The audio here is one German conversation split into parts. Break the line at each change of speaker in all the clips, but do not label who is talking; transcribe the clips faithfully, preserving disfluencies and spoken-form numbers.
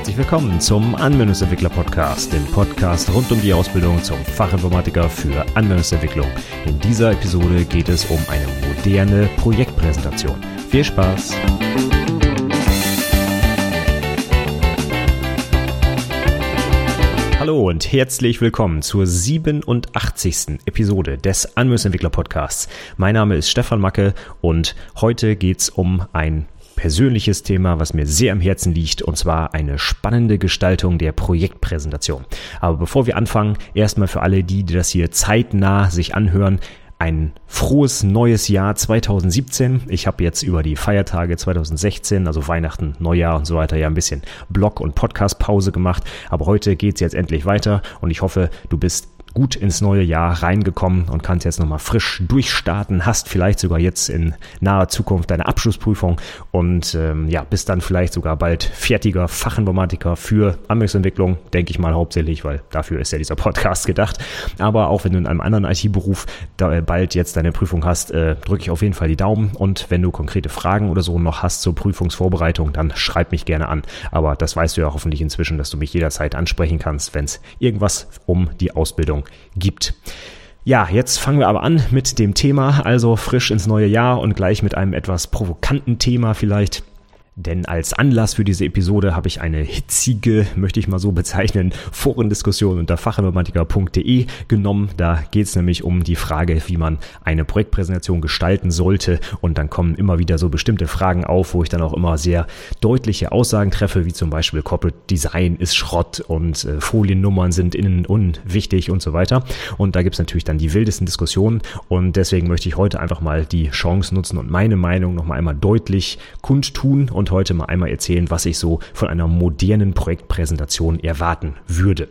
Herzlich willkommen zum Anwendungsentwickler-Podcast, dem Podcast rund um die Ausbildung zum Fachinformatiker für Anwendungsentwicklung. In dieser Episode geht es um eine moderne Projektpräsentation. Viel Spaß! Hallo und herzlich willkommen zur siebenundachtzigsten Episode des Anwendungsentwickler-Podcasts. Mein Name ist Stefan Macke und heute geht es um ein persönliches Thema, was mir sehr am Herzen liegt, und zwar eine spannende Gestaltung der Projektpräsentation. Aber bevor wir anfangen, erstmal für alle die, die das hier zeitnah sich anhören, ein frohes neues Jahr zweitausendsiebzehn. Ich habe jetzt über die Feiertage zweitausendsechzehn, also Weihnachten, Neujahr und so weiter, ja ein bisschen Blog- und Podcast-Pause gemacht. Aber heute geht es jetzt endlich weiter und ich hoffe, du bist gut ins neue Jahr reingekommen und kannst jetzt nochmal frisch durchstarten, hast vielleicht sogar jetzt in naher Zukunft deine Abschlussprüfung und ähm, ja, bist dann vielleicht sogar bald fertiger Fachinformatiker für Anwendungsentwicklung, denke ich mal hauptsächlich, weil dafür ist ja dieser Podcast gedacht. Aber auch wenn du in einem anderen I T-Beruf da bald jetzt deine Prüfung hast, äh, drücke ich auf jeden Fall die Daumen, und wenn du konkrete Fragen oder so noch hast zur Prüfungsvorbereitung, dann schreib mich gerne an. Aber das weißt du ja hoffentlich inzwischen, dass du mich jederzeit ansprechen kannst, wenn es irgendwas um die Ausbildung gibt. Ja, jetzt fangen wir aber an mit dem Thema, also frisch ins neue Jahr und gleich mit einem etwas provokanten Thema vielleicht. Denn als Anlass für diese Episode habe ich eine hitzige, möchte ich mal so bezeichnen, Forendiskussion unter fachinformatiker punkt de genommen. Da geht es nämlich um die Frage, wie man eine Projektpräsentation gestalten sollte. Und dann kommen immer wieder so bestimmte Fragen auf, wo ich dann auch immer sehr deutliche Aussagen treffe, wie zum Beispiel Corporate Design ist Schrott und äh, Foliennummern sind innen unwichtig und so weiter. Und da gibt es natürlich dann die wildesten Diskussionen. Und deswegen möchte ich heute einfach mal die Chance nutzen und meine Meinung nochmal einmal deutlich kundtun und heute mal einmal erzählen, was ich so von einer modernen Projektpräsentation erwarten würde.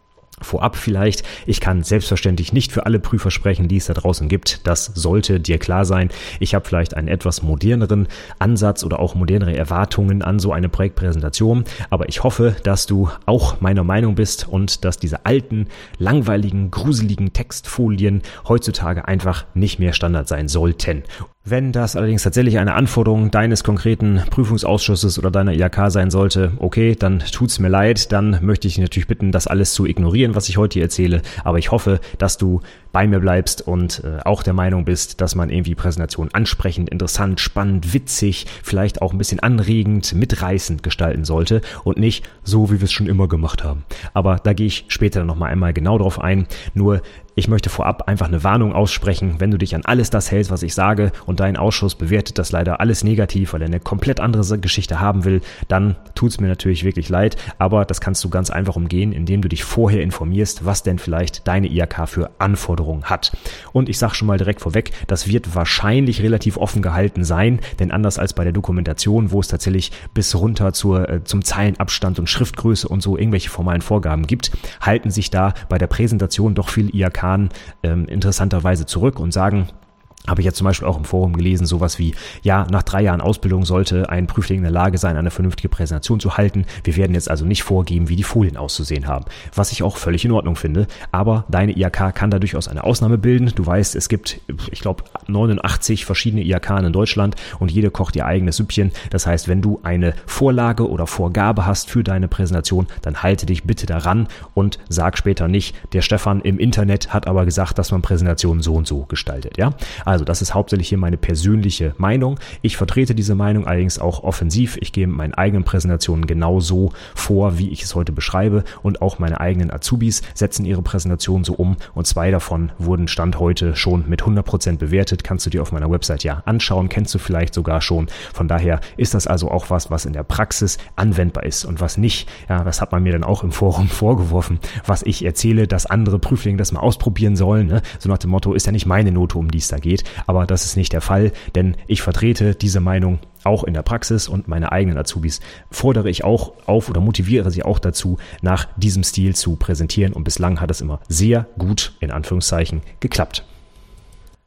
Vorab vielleicht, ich kann selbstverständlich nicht für alle Prüfer sprechen, die es da draußen gibt. Das sollte dir klar sein. Ich habe vielleicht einen etwas moderneren Ansatz oder auch modernere Erwartungen an so eine Projektpräsentation. Aber ich hoffe, dass du auch meiner Meinung bist und dass diese alten, langweiligen, gruseligen Textfolien heutzutage einfach nicht mehr Standard sein sollten. Wenn das allerdings tatsächlich eine Anforderung deines konkreten Prüfungsausschusses oder deiner I H K sein sollte, okay, dann tut's mir leid, dann möchte ich dich natürlich bitten, das alles zu ignorieren, was ich heute hier erzähle, aber ich hoffe, dass du bei mir bleibst und äh, auch der Meinung bist, dass man irgendwie Präsentationen ansprechend, interessant, spannend, witzig, vielleicht auch ein bisschen anregend, mitreißend gestalten sollte und nicht so, wie wir es schon immer gemacht haben. Aber da gehe ich später noch mal einmal genau drauf ein, nur ich möchte vorab einfach eine Warnung aussprechen, wenn du dich an alles das hältst, was ich sage, und dein Ausschuss bewertet das leider alles negativ, weil er eine komplett andere Geschichte haben will, dann tut's mir natürlich wirklich leid, aber das kannst du ganz einfach umgehen, indem du dich vorher informierst, was denn vielleicht deine I H K für Anforderungen hat. Und ich sage schon mal direkt vorweg, das wird wahrscheinlich relativ offen gehalten sein, denn anders als bei der Dokumentation, wo es tatsächlich bis runter zur, äh, zum Zeilenabstand und Schriftgröße und so irgendwelche formalen Vorgaben gibt, halten sich da bei der Präsentation doch viele I H K Ähm, interessanterweise zurück und sagen, habe ich jetzt zum Beispiel auch im Forum gelesen, sowas wie, ja, nach drei Jahren Ausbildung sollte ein Prüfling in der Lage sein, eine vernünftige Präsentation zu halten. Wir werden jetzt also nicht vorgeben, wie die Folien auszusehen haben. Was ich auch völlig in Ordnung finde. Aber deine I H K kann da durchaus eine Ausnahme bilden. Du weißt, es gibt, ich glaube, neunundachtzig verschiedene I H K in Deutschland und jede kocht ihr eigenes Süppchen. Das heißt, wenn du eine Vorlage oder Vorgabe hast für deine Präsentation, dann halte dich bitte daran und sag später nicht, der Stefan im Internet hat aber gesagt, dass man Präsentationen so und so gestaltet, ja? Also das ist hauptsächlich hier meine persönliche Meinung. Ich vertrete diese Meinung allerdings auch offensiv. Ich gehe mit meinen eigenen Präsentationen genauso vor, wie ich es heute beschreibe, und auch meine eigenen Azubis setzen ihre Präsentationen so um, und zwei davon wurden Stand heute schon mit hundert Prozent bewertet. Kannst du dir auf meiner Website ja anschauen, kennst du vielleicht sogar schon. Von daher ist das also auch was, was in der Praxis anwendbar ist und was nicht. Ja, das hat man mir dann auch im Forum vorgeworfen, was ich erzähle, dass andere Prüflinge das mal ausprobieren sollen. Ne? So nach dem Motto, ist ja nicht meine Note, um die es da geht. Aber das ist nicht der Fall, denn ich vertrete diese Meinung auch in der Praxis und meine eigenen Azubis fordere ich auch auf oder motiviere sie auch dazu, nach diesem Stil zu präsentieren, und bislang hat es immer sehr gut, in Anführungszeichen, geklappt.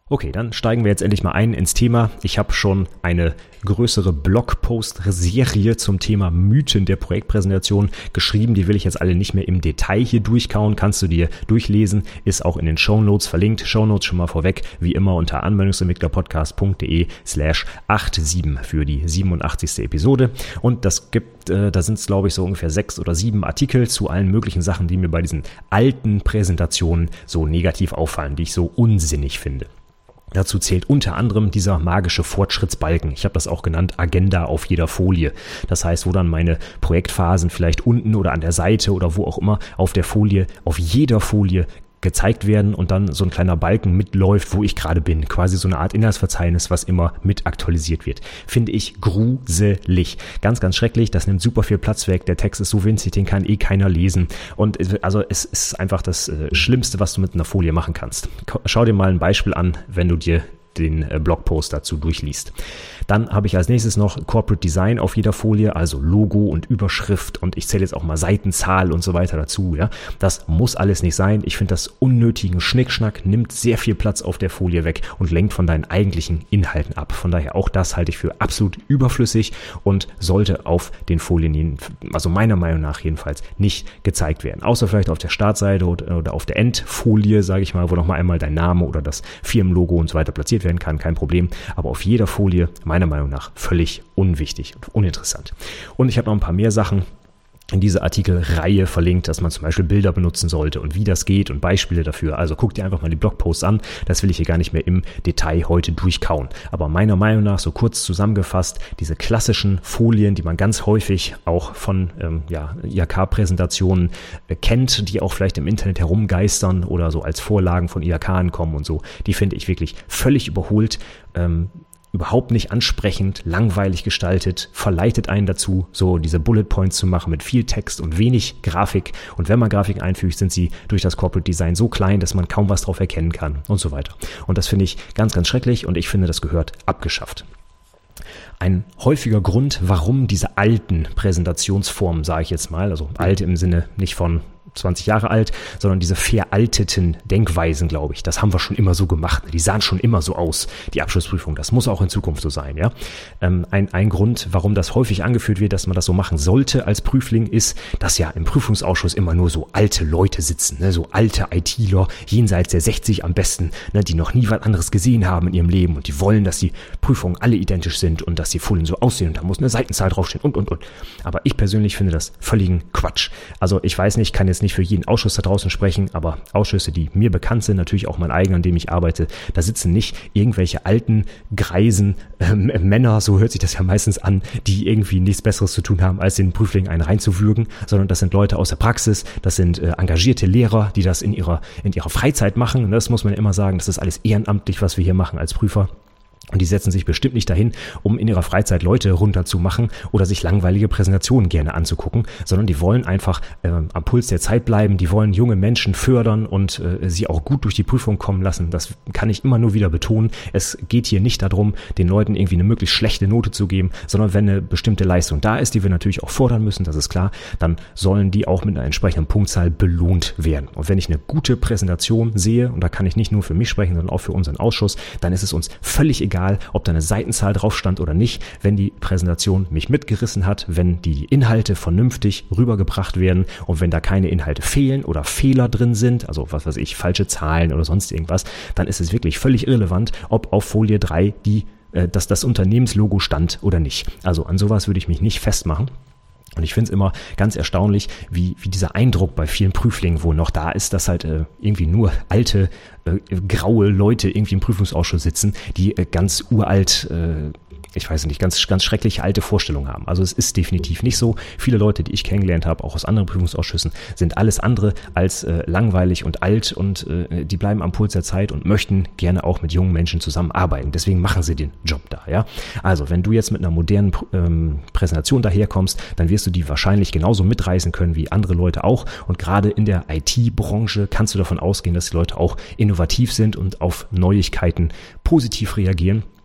Okay, dann steigen wir jetzt endlich mal ein ins Thema. Ich habe schon eine größere Blogpost-Serie zum Thema Mythen der Projektpräsentation geschrieben. Die will ich jetzt alle nicht mehr im Detail hier durchkauen. Kannst du dir durchlesen. Ist auch in den Shownotes verlinkt. Shownotes schon mal vorweg, wie immer unter anwendungsentwicklerpodcast.de slash siebenundachtzig für die siebenundachtzigste Episode. Und das gibt, äh, da sind es glaube ich so ungefähr sechs oder sieben Artikel zu allen möglichen Sachen, die mir bei diesen alten Präsentationen so negativ auffallen, die ich so unsinnig finde. Dazu zählt unter anderem dieser magische Fortschrittsbalken. Ich habe das auch genannt, Agenda auf jeder Folie. Das heißt, wo dann meine Projektphasen vielleicht unten oder an der Seite oder wo auch immer auf der Folie, auf jeder Folie gezeigt werden und dann so ein kleiner Balken mitläuft, wo ich gerade bin. Quasi so eine Art Inhaltsverzeichnis, was immer mit aktualisiert wird. Finde ich gruselig. Ganz, ganz schrecklich. Das nimmt super viel Platz weg. Der Text ist so winzig, den kann eh keiner lesen. Und also es ist einfach das Schlimmste, was du mit einer Folie machen kannst. Schau dir mal ein Beispiel an, wenn du dir den Blogpost dazu durchliest. Dann habe ich als nächstes noch Corporate Design auf jeder Folie, also Logo und Überschrift und ich zähle jetzt auch mal Seitenzahl und so weiter dazu. Ja, das muss alles nicht sein. Ich finde das unnötigen Schnickschnack, nimmt sehr viel Platz auf der Folie weg und lenkt von deinen eigentlichen Inhalten ab. Von daher auch das halte ich für absolut überflüssig und sollte auf den Folien, also meiner Meinung nach jedenfalls, nicht gezeigt werden. Außer vielleicht auf der Startseite oder auf der Endfolie, sage ich mal, wo nochmal einmal dein Name oder das Firmenlogo und so weiter platziert werden kann, kein Problem. Aber auf jeder Folie, meiner Meinung nach, völlig unwichtig und uninteressant. Und ich habe noch ein paar mehr Sachen in diese Artikelreihe verlinkt, dass man zum Beispiel Bilder benutzen sollte und wie das geht und Beispiele dafür. Also guck dir einfach mal die Blogposts an. Das will ich hier gar nicht mehr im Detail heute durchkauen. Aber meiner Meinung nach, so kurz zusammengefasst, diese klassischen Folien, die man ganz häufig auch von ähm, ja, I H K-Präsentationen äh, kennt, die auch vielleicht im Internet herumgeistern oder so als Vorlagen von I H K kommen und so, die finde ich wirklich völlig überholt. Ähm, überhaupt nicht ansprechend, langweilig gestaltet, verleitet einen dazu, so diese Bullet Points zu machen mit viel Text und wenig Grafik. Und wenn man Grafiken einfügt, sind sie durch das Corporate Design so klein, dass man kaum was drauf erkennen kann und so weiter. Und das finde ich ganz, ganz schrecklich und ich finde, das gehört abgeschafft. Ein häufiger Grund, warum diese alten Präsentationsformen, sage ich jetzt mal, also alte im Sinne nicht von zwanzig Jahre alt, sondern diese veralteten Denkweisen, glaube ich, das haben wir schon immer so gemacht. Die sahen schon immer so aus, die Abschlussprüfung. Das muss auch in Zukunft so sein, ja. Ähm, ein, ein Grund, warum das häufig angeführt wird, dass man das so machen sollte als Prüfling, ist, dass ja im Prüfungsausschuss immer nur so alte Leute sitzen, ne? So alte ITler, jenseits der sechzig am besten, ne? Die noch nie was anderes gesehen haben in ihrem Leben und die wollen, dass die Prüfungen alle identisch sind und dass die Folien so aussehen und da muss eine Seitenzahl draufstehen und, und, und. Aber ich persönlich finde das völligen Quatsch. Also ich weiß nicht, kann jetzt nicht für jeden Ausschuss da draußen sprechen, aber Ausschüsse, die mir bekannt sind, natürlich auch mein eigener, an dem ich arbeite, da sitzen nicht irgendwelche alten, greisen äh, Männer, so hört sich das ja meistens an, die irgendwie nichts Besseres zu tun haben, als den Prüfling einen reinzuwürgen, sondern das sind Leute aus der Praxis, das sind äh, engagierte Lehrer, die das in ihrer, in ihrer Freizeit machen. Das muss man ja immer sagen, das ist alles ehrenamtlich, was wir hier machen als Prüfer. Und die setzen sich bestimmt nicht dahin, um in ihrer Freizeit Leute runterzumachen oder sich langweilige Präsentationen gerne anzugucken, sondern die wollen einfach äh, am Puls der Zeit bleiben, die wollen junge Menschen fördern und äh, sie auch gut durch die Prüfung kommen lassen. Das kann ich immer nur wieder betonen. Es geht hier nicht darum, den Leuten irgendwie eine möglichst schlechte Note zu geben, sondern wenn eine bestimmte Leistung da ist, die wir natürlich auch fordern müssen, das ist klar, dann sollen die auch mit einer entsprechenden Punktzahl belohnt werden. Und wenn ich eine gute Präsentation sehe, und da kann ich nicht nur für mich sprechen, sondern auch für unseren Ausschuss, dann ist es uns völlig egal, ob da eine Seitenzahl drauf stand oder nicht, wenn die Präsentation mich mitgerissen hat, wenn die Inhalte vernünftig rübergebracht werden und wenn da keine Inhalte fehlen oder Fehler drin sind, also was weiß ich, falsche Zahlen oder sonst irgendwas, dann ist es wirklich völlig irrelevant, ob auf Folie drei die, äh, dass das Unternehmenslogo stand oder nicht. Also an sowas würde ich mich nicht festmachen. Und ich finde es immer ganz erstaunlich, wie, wie dieser Eindruck bei vielen Prüflingen wohl noch da ist, dass halt äh, irgendwie nur alte, äh, graue Leute irgendwie im Prüfungsausschuss sitzen, die äh, ganz uralt, äh, ich weiß nicht, ganz, ganz schreckliche alte Vorstellungen haben. Also es ist definitiv nicht so. Viele Leute, die ich kennengelernt habe, auch aus anderen Prüfungsausschüssen, sind alles andere als äh, langweilig und alt und äh, die bleiben am Puls der Zeit und möchten gerne auch mit jungen Menschen zusammenarbeiten. Deswegen machen sie den Job da, ja. Also wenn du jetzt mit einer modernen ähm, Präsentation daherkommst, dann wirst du die wahrscheinlich genauso mitreißen können wie andere Leute auch. Und gerade in der I T-Branche kannst du davon ausgehen, dass die Leute auch innovativ sind und auf Neuigkeiten positiv reagieren.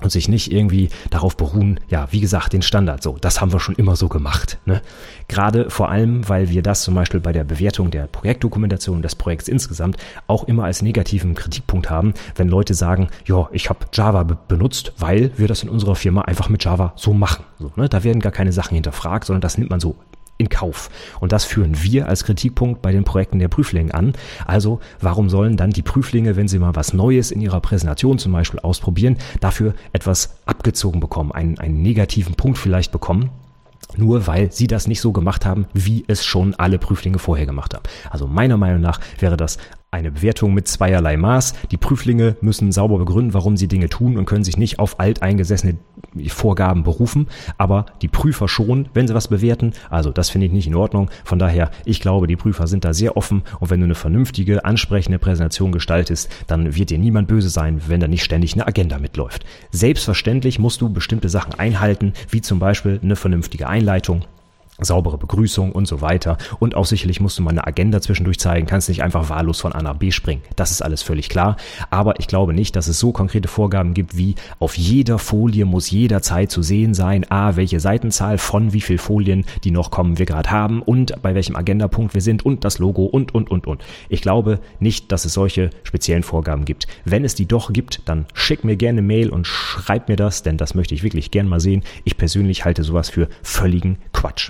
und sich nicht irgendwie darauf beruhen, ja, wie gesagt, den Standard, so, das haben wir schon immer so gemacht. Ne? Gerade vor allem, weil wir das zum Beispiel bei der Bewertung der Projektdokumentation des Projekts insgesamt auch immer als negativen Kritikpunkt haben, wenn Leute sagen, ja, ich habe Java be- benutzt, weil wir das in unserer Firma einfach mit Java so machen. So, ne? Da werden gar keine Sachen hinterfragt, sondern das nimmt man so in Kauf. Und das führen wir als Kritikpunkt bei den Projekten der Prüflinge an. Also warum sollen dann die Prüflinge, wenn sie mal was Neues in ihrer Präsentation zum Beispiel ausprobieren, dafür etwas abgezogen bekommen, einen, einen negativen Punkt vielleicht bekommen? Nur weil sie das nicht so gemacht haben, wie es schon alle Prüflinge vorher gemacht haben. Also meiner Meinung nach wäre das eine Bewertung mit zweierlei Maß. Die Prüflinge müssen sauber begründen, warum sie Dinge tun und können sich nicht auf alteingesessene Vorgaben berufen, aber die Prüfer schon, wenn sie was bewerten. Also das finde ich nicht in Ordnung. Von daher, ich glaube, die Prüfer sind da sehr offen und wenn du eine vernünftige, ansprechende Präsentation gestaltest, dann wird dir niemand böse sein, wenn da nicht ständig eine Agenda mitläuft. Selbstverständlich musst du bestimmte Sachen einhalten, wie zum Beispiel eine vernünftige Einleitung, saubere Begrüßung und so weiter. Und auch sicherlich musst du mal eine Agenda zwischendurch zeigen, kannst nicht einfach wahllos von A nach B springen. Das ist alles völlig klar. Aber ich glaube nicht, dass es so konkrete Vorgaben gibt, wie auf jeder Folie muss jederzeit zu sehen sein, a, welche Seitenzahl von wie viel Folien, die noch kommen, wir gerade haben und bei welchem Agendapunkt wir sind und das Logo und, und, und, und. Ich glaube nicht, dass es solche speziellen Vorgaben gibt. Wenn es die doch gibt, dann schick mir gerne eine Mail und schreib mir das, denn das möchte ich wirklich gern mal sehen. Ich persönlich halte sowas für völligen Quatsch.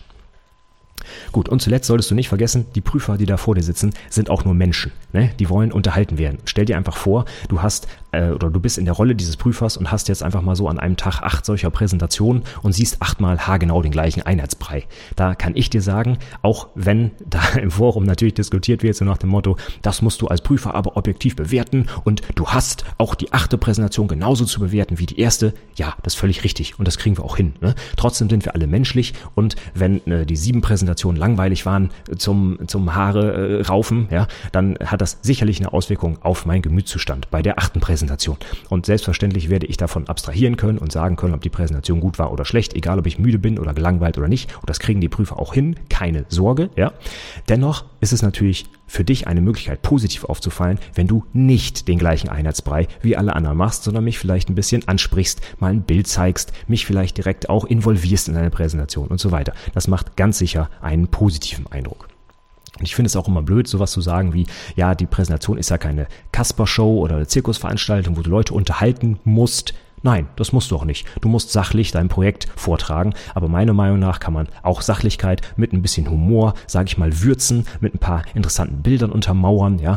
Gut, und zuletzt solltest du nicht vergessen, die Prüfer, die da vor dir sitzen, sind auch nur Menschen. Ne? Die wollen unterhalten werden. Stell dir einfach vor, du hast äh, oder du bist in der Rolle dieses Prüfers und hast jetzt einfach mal so an einem Tag acht solcher Präsentationen und siehst achtmal haargenau den gleichen Einheitsbrei. Da kann ich dir sagen, auch wenn da im Forum natürlich diskutiert wird, so nach dem Motto, das musst du als Prüfer aber objektiv bewerten und du hast auch die achte Präsentation genauso zu bewerten wie die erste. Ja, das ist völlig richtig und das kriegen wir auch hin. Ne? Trotzdem sind wir alle menschlich und wenn äh, die sieben Präsentationen langweilig waren zum, zum Haare äh, raufen, ja, dann hat das sicherlich eine Auswirkung auf meinen Gemütszustand bei der achten Präsentation. Und selbstverständlich werde ich davon abstrahieren können und sagen können, ob die Präsentation gut war oder schlecht, egal ob ich müde bin oder gelangweilt oder nicht. Und das kriegen die Prüfer auch hin, keine Sorge, ja. Dennoch ist es natürlich für dich eine Möglichkeit, positiv aufzufallen, wenn du nicht den gleichen Einheitsbrei wie alle anderen machst, sondern mich vielleicht ein bisschen ansprichst, mal ein Bild zeigst, mich vielleicht direkt auch involvierst in deine Präsentation und so weiter. Das macht ganz sicher einen positiven Eindruck. Und ich finde es auch immer blöd, sowas zu sagen wie, ja, die Präsentation ist ja keine Kasper-Show oder eine Zirkusveranstaltung, wo du Leute unterhalten musst. Nein, das musst du auch nicht. Du musst sachlich dein Projekt vortragen, aber meiner Meinung nach kann man auch Sachlichkeit mit ein bisschen Humor, sage ich mal, würzen, mit ein paar interessanten Bildern untermauern, ja.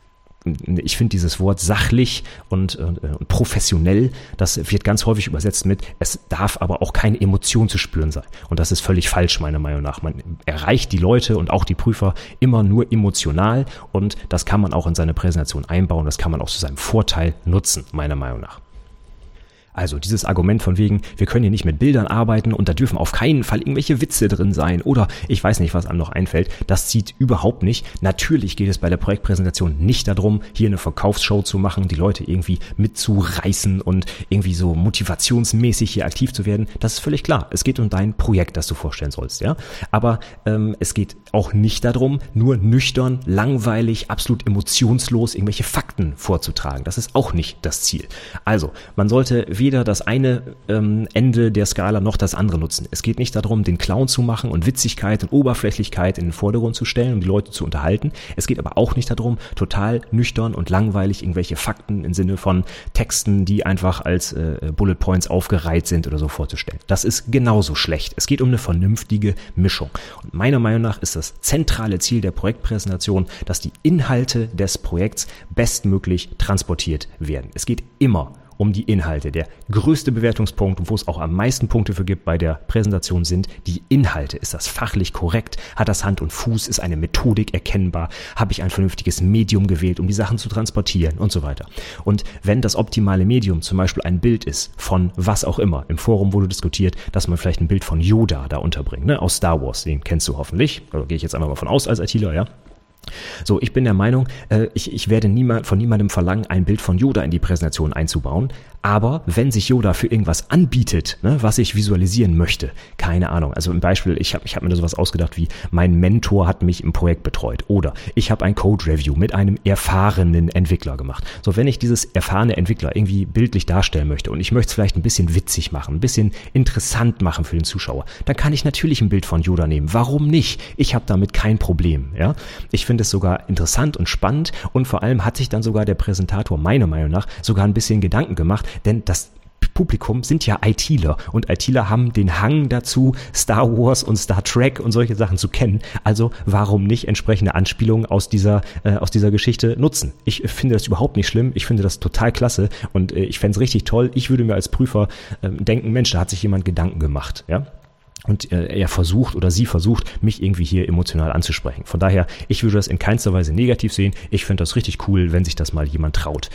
Ich finde dieses Wort sachlich und, und, und professionell, das wird ganz häufig übersetzt mit, es darf aber auch keine Emotion zu spüren sein. Und das ist völlig falsch, meiner Meinung nach. Man erreicht die Leute und auch die Prüfer immer nur emotional und das kann man auch in seine Präsentation einbauen, das kann man auch zu seinem Vorteil nutzen, meiner Meinung nach. Also dieses Argument von wegen, wir können hier nicht mit Bildern arbeiten und da dürfen auf keinen Fall irgendwelche Witze drin sein oder ich weiß nicht, was einem noch einfällt, das zieht überhaupt nicht. Natürlich geht es bei der Projektpräsentation nicht darum, hier eine Verkaufsshow zu machen, die Leute irgendwie mitzureißen und irgendwie so motivationsmäßig hier aktiv zu werden. Das ist völlig klar. Es geht um dein Projekt, das du vorstellen sollst, ja. Aber ähm, es geht auch nicht darum, nur nüchtern, langweilig, absolut emotionslos irgendwelche Fakten vorzutragen. Das ist auch nicht das Ziel. Also, man sollte weder das eine ähm, Ende der Skala noch das andere nutzen. Es geht nicht darum, den Clown zu machen und Witzigkeit und Oberflächlichkeit in den Vordergrund zu stellen, um die Leute zu unterhalten. Es geht aber auch nicht darum, total nüchtern und langweilig irgendwelche Fakten im Sinne von Texten, die einfach als äh, Bullet Points aufgereiht sind oder so vorzustellen. Das ist genauso schlecht. Es geht um eine vernünftige Mischung. Und meiner Meinung nach ist das zentrale Ziel der Projektpräsentation, dass die Inhalte des Projekts bestmöglich transportiert werden. Es geht immer um die Inhalte. Der größte Bewertungspunkt, wo es auch am meisten Punkte für gibt bei der Präsentation, sind die Inhalte. Ist das fachlich korrekt? Hat das Hand und Fuß? Ist eine Methodik erkennbar? Habe ich ein vernünftiges Medium gewählt, um die Sachen zu transportieren und so weiter? Und wenn das optimale Medium zum Beispiel ein Bild ist von was auch immer, im Forum wurde diskutiert, dass man vielleicht ein Bild von Yoda da unterbringt, ne, aus Star Wars, den kennst du hoffentlich, da gehe ich jetzt einfach mal von aus als ITler, ja. So, ich bin der Meinung, äh, ich, ich werde niemand, von niemandem verlangen, ein Bild von Yoda in die Präsentation einzubauen, Aber wenn sich Yoda für irgendwas anbietet, ne, was ich visualisieren möchte, keine Ahnung, also im Beispiel, ich habe ich hab mir da sowas ausgedacht wie, mein Mentor hat mich im Projekt betreut oder ich habe ein Code-Review mit einem erfahrenen Entwickler gemacht. So, wenn ich dieses erfahrene Entwickler irgendwie bildlich darstellen möchte und ich möchte es vielleicht ein bisschen witzig machen, ein bisschen interessant machen für den Zuschauer, dann kann ich natürlich ein Bild von Yoda nehmen. Warum nicht? Ich habe damit kein Problem. Ja? Ich finde es sogar interessant und spannend und vor allem hat sich dann sogar der Präsentator meiner Meinung nach sogar ein bisschen Gedanken gemacht, denn das Publikum sind ja ITler und ITler haben den Hang dazu, Star Wars und Star Trek und solche Sachen zu kennen. Also warum nicht entsprechende Anspielungen aus dieser äh, aus dieser Geschichte nutzen? Ich finde das überhaupt nicht schlimm. Ich finde das total klasse und äh, ich fände es richtig toll. Ich würde mir als Prüfer äh, denken, Mensch, da hat sich jemand Gedanken gemacht, ja. Und äh, er versucht oder sie versucht, mich irgendwie hier emotional anzusprechen. Von daher, ich würde das in keinster Weise negativ sehen. Ich finde das richtig cool, wenn sich das mal jemand traut.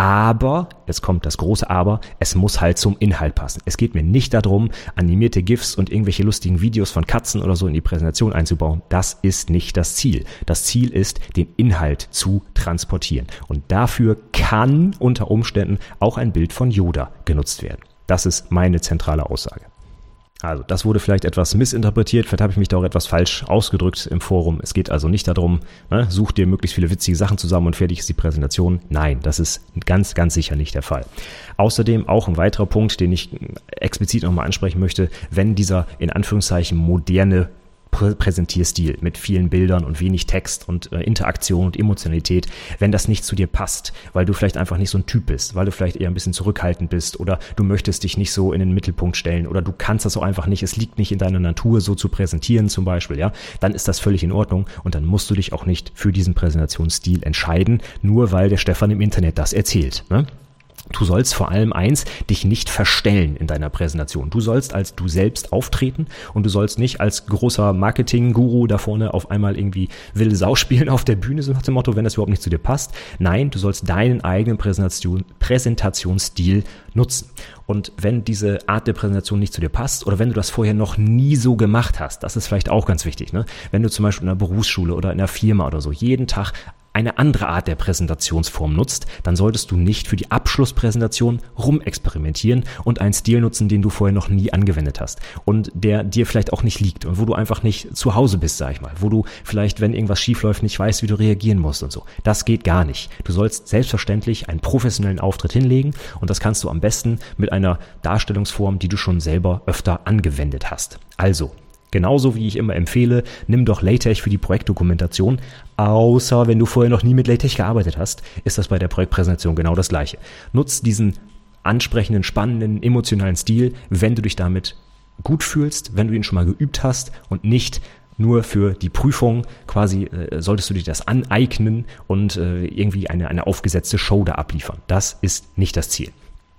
Aber, jetzt kommt das große Aber, es muss halt zum Inhalt passen. Es geht mir nicht darum, animierte GIFs und irgendwelche lustigen Videos von Katzen oder so in die Präsentation einzubauen. Das ist nicht das Ziel. Das Ziel ist, den Inhalt zu transportieren. Und dafür kann unter Umständen auch ein Bild von Yoda genutzt werden. Das ist meine zentrale Aussage. Also, das wurde vielleicht etwas missinterpretiert, vielleicht habe ich mich da auch etwas falsch ausgedrückt im Forum. Es geht also nicht darum, ne, such dir möglichst viele witzige Sachen zusammen und fertig ist die Präsentation. Nein, das ist ganz, ganz sicher nicht der Fall. Außerdem auch ein weiterer Punkt, den ich explizit nochmal ansprechen möchte, wenn dieser in Anführungszeichen moderne Präsentierstil mit vielen Bildern und wenig Text und äh, Interaktion und Emotionalität, wenn das nicht zu dir passt, weil du vielleicht einfach nicht so ein Typ bist, weil du vielleicht eher ein bisschen zurückhaltend bist oder du möchtest dich nicht so in den Mittelpunkt stellen oder du kannst das auch einfach nicht, es liegt nicht in deiner Natur, so zu präsentieren zum Beispiel, ja, dann ist das völlig in Ordnung und dann musst du dich auch nicht für diesen Präsentationsstil entscheiden, nur weil der Stefan im Internet das erzählt, ne? Du sollst vor allem eins, dich nicht verstellen in deiner Präsentation. Du sollst als du selbst auftreten und du sollst nicht als großer Marketing-Guru da vorne auf einmal irgendwie wilde Sau spielen auf der Bühne, so nach dem Motto, wenn das überhaupt nicht zu dir passt. Nein, du sollst deinen eigenen Präsentation, Präsentationsstil nutzen. Und wenn diese Art der Präsentation nicht zu dir passt oder wenn du das vorher noch nie so gemacht hast, das ist vielleicht auch ganz wichtig, ne? Wenn du zum Beispiel in einer Berufsschule oder in einer Firma oder so jeden Tag eine andere Art der Präsentationsform nutzt, dann solltest du nicht für die Abschlusspräsentation rumexperimentieren und einen Stil nutzen, den du vorher noch nie angewendet hast und der dir vielleicht auch nicht liegt und wo du einfach nicht zu Hause bist, sag ich mal, wo du vielleicht, wenn irgendwas schief läuft, nicht weißt, wie du reagieren musst und so. Das geht gar nicht. Du sollst selbstverständlich einen professionellen Auftritt hinlegen und das kannst du am besten mit einer Darstellungsform, die du schon selber öfter angewendet hast. Also, genauso wie ich immer empfehle, nimm doch LaTeX für die Projektdokumentation, außer wenn du vorher noch nie mit LaTeX gearbeitet hast, ist das bei der Projektpräsentation genau das Gleiche. Nutz diesen ansprechenden, spannenden, emotionalen Stil, wenn du dich damit gut fühlst, wenn du ihn schon mal geübt hast und nicht nur für die Prüfung quasi äh, solltest du dir das aneignen und äh, irgendwie eine, eine aufgesetzte Show da abliefern. Das ist nicht das Ziel.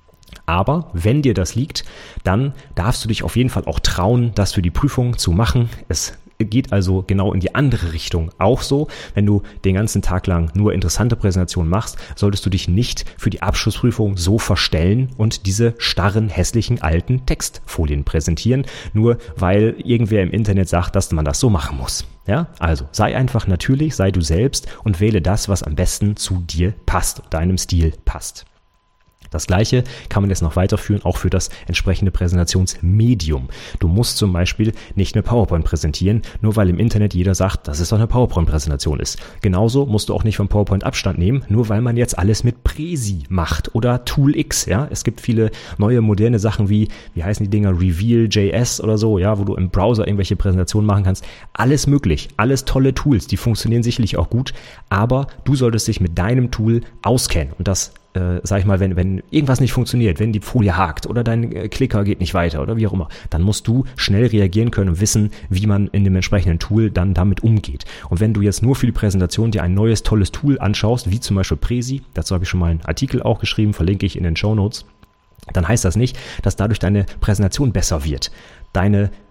Aber wenn dir das liegt, dann darfst du dich auf jeden Fall auch trauen, das für die Prüfung zu machen. Es geht also genau in die andere Richtung auch so. Wenn du den ganzen Tag lang nur interessante Präsentationen machst, solltest du dich nicht für die Abschlussprüfung so verstellen und diese starren, hässlichen, alten Textfolien präsentieren, nur weil irgendwer im Internet sagt, dass man das so machen muss. Ja, also sei einfach natürlich, sei du selbst und wähle das, was am besten zu dir passt, deinem Stil passt. Das Gleiche kann man jetzt noch weiterführen, auch für das entsprechende Präsentationsmedium. Du musst zum Beispiel nicht eine PowerPoint präsentieren, nur weil im Internet jeder sagt, dass es doch eine PowerPoint-Präsentation ist. Genauso musst du auch nicht vom PowerPoint Abstand nehmen, nur weil man jetzt alles mit Präsi macht oder Tool X. Ja, es gibt viele neue moderne Sachen wie, wie heißen die Dinger, Reveal Punkt J S oder so, ja, wo du im Browser irgendwelche Präsentationen machen kannst. Alles möglich, alles tolle Tools, die funktionieren sicherlich auch gut, aber du solltest dich mit deinem Tool auskennen und das Äh, sag ich mal, wenn, wenn irgendwas nicht funktioniert, wenn die Folie hakt oder dein äh, Klicker geht nicht weiter oder wie auch immer, dann musst du schnell reagieren können und wissen, wie man in dem entsprechenden Tool dann damit umgeht. Und wenn du jetzt nur für die Präsentation dir ein neues, tolles Tool anschaust, wie zum Beispiel Präsi, dazu habe ich schon mal einen Artikel auch geschrieben, verlinke ich in den Shownotes, dann heißt das nicht, dass dadurch deine Präsentation besser wird. Deine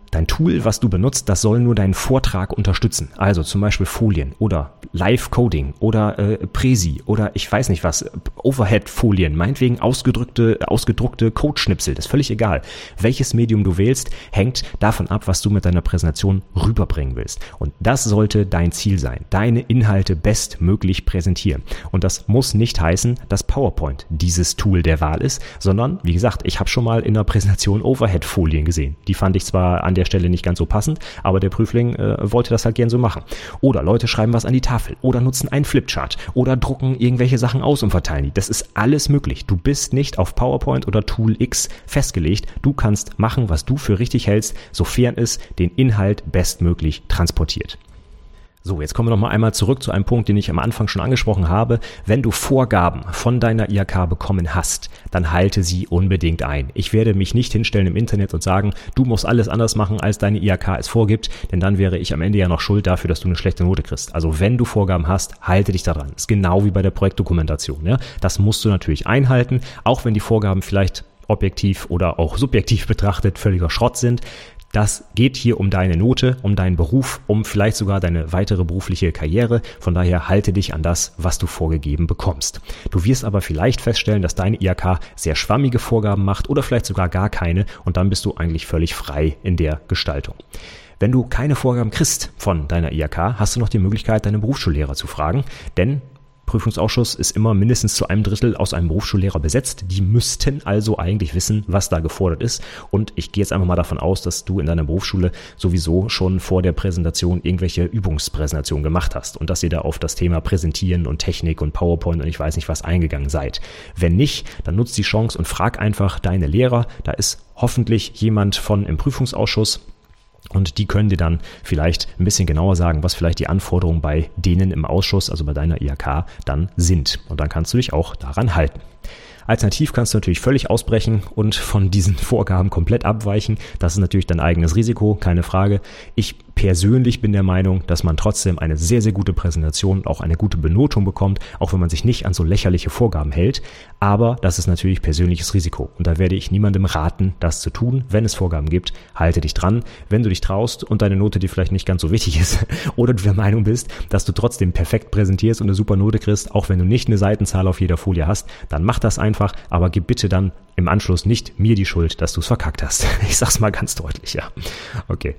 dein Tool, was du benutzt, das soll nur deinen Vortrag unterstützen. Also zum Beispiel Folien oder Live-Coding oder äh, Präsi oder ich weiß nicht was, Overhead-Folien, meinetwegen ausgedrückte, ausgedruckte Codeschnipsel, das ist völlig egal. Welches Medium du wählst, hängt davon ab, was du mit deiner Präsentation rüberbringen willst. Und das sollte dein Ziel sein, deine Inhalte bestmöglich präsentieren. Und das muss nicht heißen, dass PowerPoint dieses Tool der Wahl ist, sondern, wie gesagt, ich habe schon mal in der Präsentation Overhead-Folien gesehen. Die fand ich zwar an der Stelle nicht ganz so passend, aber der Prüfling äh, wollte das halt gern so machen. Oder Leute schreiben was an die Tafel oder nutzen einen Flipchart oder drucken irgendwelche Sachen aus und verteilen die. Das ist alles möglich. Du bist nicht auf PowerPoint oder Tool X festgelegt. Du kannst machen, was du für richtig hältst, sofern es den Inhalt bestmöglich transportiert. So, jetzt kommen wir noch mal einmal zurück zu einem Punkt, den ich am Anfang schon angesprochen habe. Wenn du Vorgaben von deiner I H K bekommen hast, dann halte sie unbedingt ein. Ich werde mich nicht hinstellen im Internet und sagen, du musst alles anders machen, als deine I H K es vorgibt, denn dann wäre ich am Ende ja noch schuld dafür, dass du eine schlechte Note kriegst. Also wenn du Vorgaben hast, halte dich daran. Das ist genau wie bei der Projektdokumentation. Ja? Das musst du natürlich einhalten, auch wenn die Vorgaben vielleicht objektiv oder auch subjektiv betrachtet völliger Schrott sind. Das geht hier um deine Note, um deinen Beruf, um vielleicht sogar deine weitere berufliche Karriere. Von daher halte dich an das, was du vorgegeben bekommst. Du wirst aber vielleicht feststellen, dass deine I H K sehr schwammige Vorgaben macht oder vielleicht sogar gar keine und dann bist du eigentlich völlig frei in der Gestaltung. Wenn du keine Vorgaben kriegst von deiner I H K, hast du noch die Möglichkeit, deinen Berufsschullehrer zu fragen, denn Prüfungsausschuss ist immer mindestens zu einem Drittel aus einem Berufsschullehrer besetzt. Die müssten also eigentlich wissen, was da gefordert ist. Und ich gehe jetzt einfach mal davon aus, dass du in deiner Berufsschule sowieso schon vor der Präsentation irgendwelche Übungspräsentationen gemacht hast und dass ihr da auf das Thema Präsentieren und Technik und PowerPoint und ich weiß nicht was eingegangen seid. Wenn nicht, dann nutzt die Chance und frag einfach deine Lehrer. Da ist hoffentlich jemand von im Prüfungsausschuss. Und die können dir dann vielleicht ein bisschen genauer sagen, was vielleicht die Anforderungen bei denen im Ausschuss, also bei deiner I H K, dann sind. Und dann kannst du dich auch daran halten. Alternativ kannst du natürlich völlig ausbrechen und von diesen Vorgaben komplett abweichen. Das ist natürlich dein eigenes Risiko, keine Frage. Ich persönlich bin der Meinung, dass man trotzdem eine sehr, sehr gute Präsentation und auch eine gute Benotung bekommt, auch wenn man sich nicht an so lächerliche Vorgaben hält. Aber das ist natürlich persönliches Risiko. Und da werde ich niemandem raten, das zu tun. Wenn es Vorgaben gibt, halte dich dran. Wenn du dich traust und deine Note dir vielleicht nicht ganz so wichtig ist oder du der Meinung bist, dass du trotzdem perfekt präsentierst und eine super Note kriegst, auch wenn du nicht eine Seitenzahl auf jeder Folie hast, dann mach das einfach, aber gib bitte dann im Anschluss nicht mir die Schuld, dass du es verkackt hast. Ich sag's mal ganz deutlich, ja. Okay.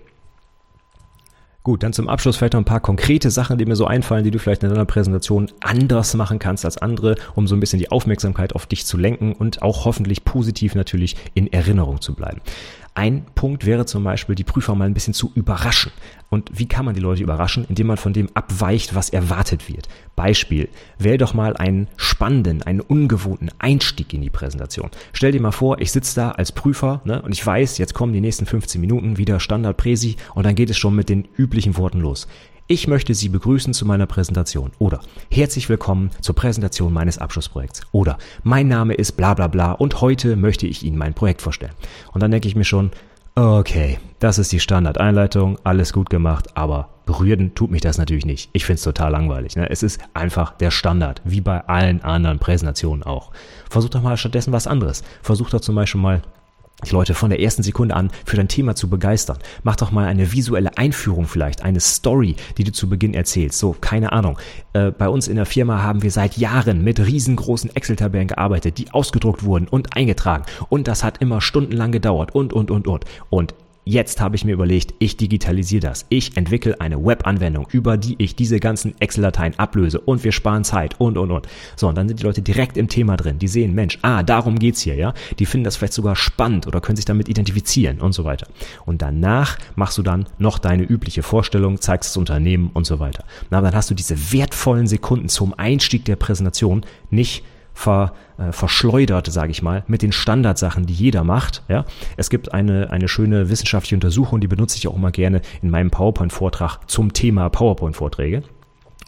Gut, dann zum Abschluss vielleicht noch ein paar konkrete Sachen, die mir so einfallen, die du vielleicht in deiner Präsentation anders machen kannst als andere, um so ein bisschen die Aufmerksamkeit auf dich zu lenken und auch hoffentlich positiv natürlich in Erinnerung zu bleiben. Ein Punkt wäre zum Beispiel, die Prüfer mal ein bisschen zu überraschen. Und wie kann man die Leute überraschen? Indem man von dem abweicht, was erwartet wird. Beispiel, wähl doch mal einen spannenden, einen ungewohnten Einstieg in die Präsentation. Stell dir mal vor, ich sitze da als Prüfer, ne, und ich weiß, jetzt kommen die nächsten fünfzehn Minuten wieder Standard-Präsi und dann geht es schon mit den üblichen Worten los. Ich möchte Sie begrüßen zu meiner Präsentation. Oder herzlich willkommen zur Präsentation meines Abschlussprojekts. Oder mein Name ist bla bla bla und heute möchte ich Ihnen mein Projekt vorstellen. Und dann denke ich mir schon, okay, das ist die Standardeinleitung, alles gut gemacht, aber berühren tut mich das natürlich nicht. Ich finde es total langweilig. Ne? Es ist einfach der Standard, wie bei allen anderen Präsentationen auch. Versuch doch mal stattdessen was anderes. Versuch doch zum Beispiel mal die Leute von der ersten Sekunde an für dein Thema zu begeistern. Mach doch mal eine visuelle Einführung vielleicht, eine Story, die du zu Beginn erzählst. So, keine Ahnung. Äh, bei uns in der Firma haben wir seit Jahren mit riesengroßen Excel-Tabellen gearbeitet, die ausgedruckt wurden und eingetragen. Und das hat immer stundenlang gedauert und, und, und, und. Und jetzt habe ich mir überlegt, ich digitalisiere das. Ich entwickle eine Web-Anwendung, über die ich diese ganzen Excel-Dateien ablöse und wir sparen Zeit und, und, und. So, und dann sind die Leute direkt im Thema drin. Die sehen, Mensch, ah, darum geht's hier, ja. Die finden das vielleicht sogar spannend oder können sich damit identifizieren und so weiter. Und danach machst du dann noch deine übliche Vorstellung, zeigst das Unternehmen und so weiter. Na, dann hast du diese wertvollen Sekunden zum Einstieg der Präsentation nicht Ver, äh, verschleudert, sage ich mal, mit den Standardsachen, die jeder macht. Ja, es gibt eine eine schöne wissenschaftliche Untersuchung, die benutze ich auch immer gerne in meinem PowerPoint-Vortrag zum Thema PowerPoint-Vorträge.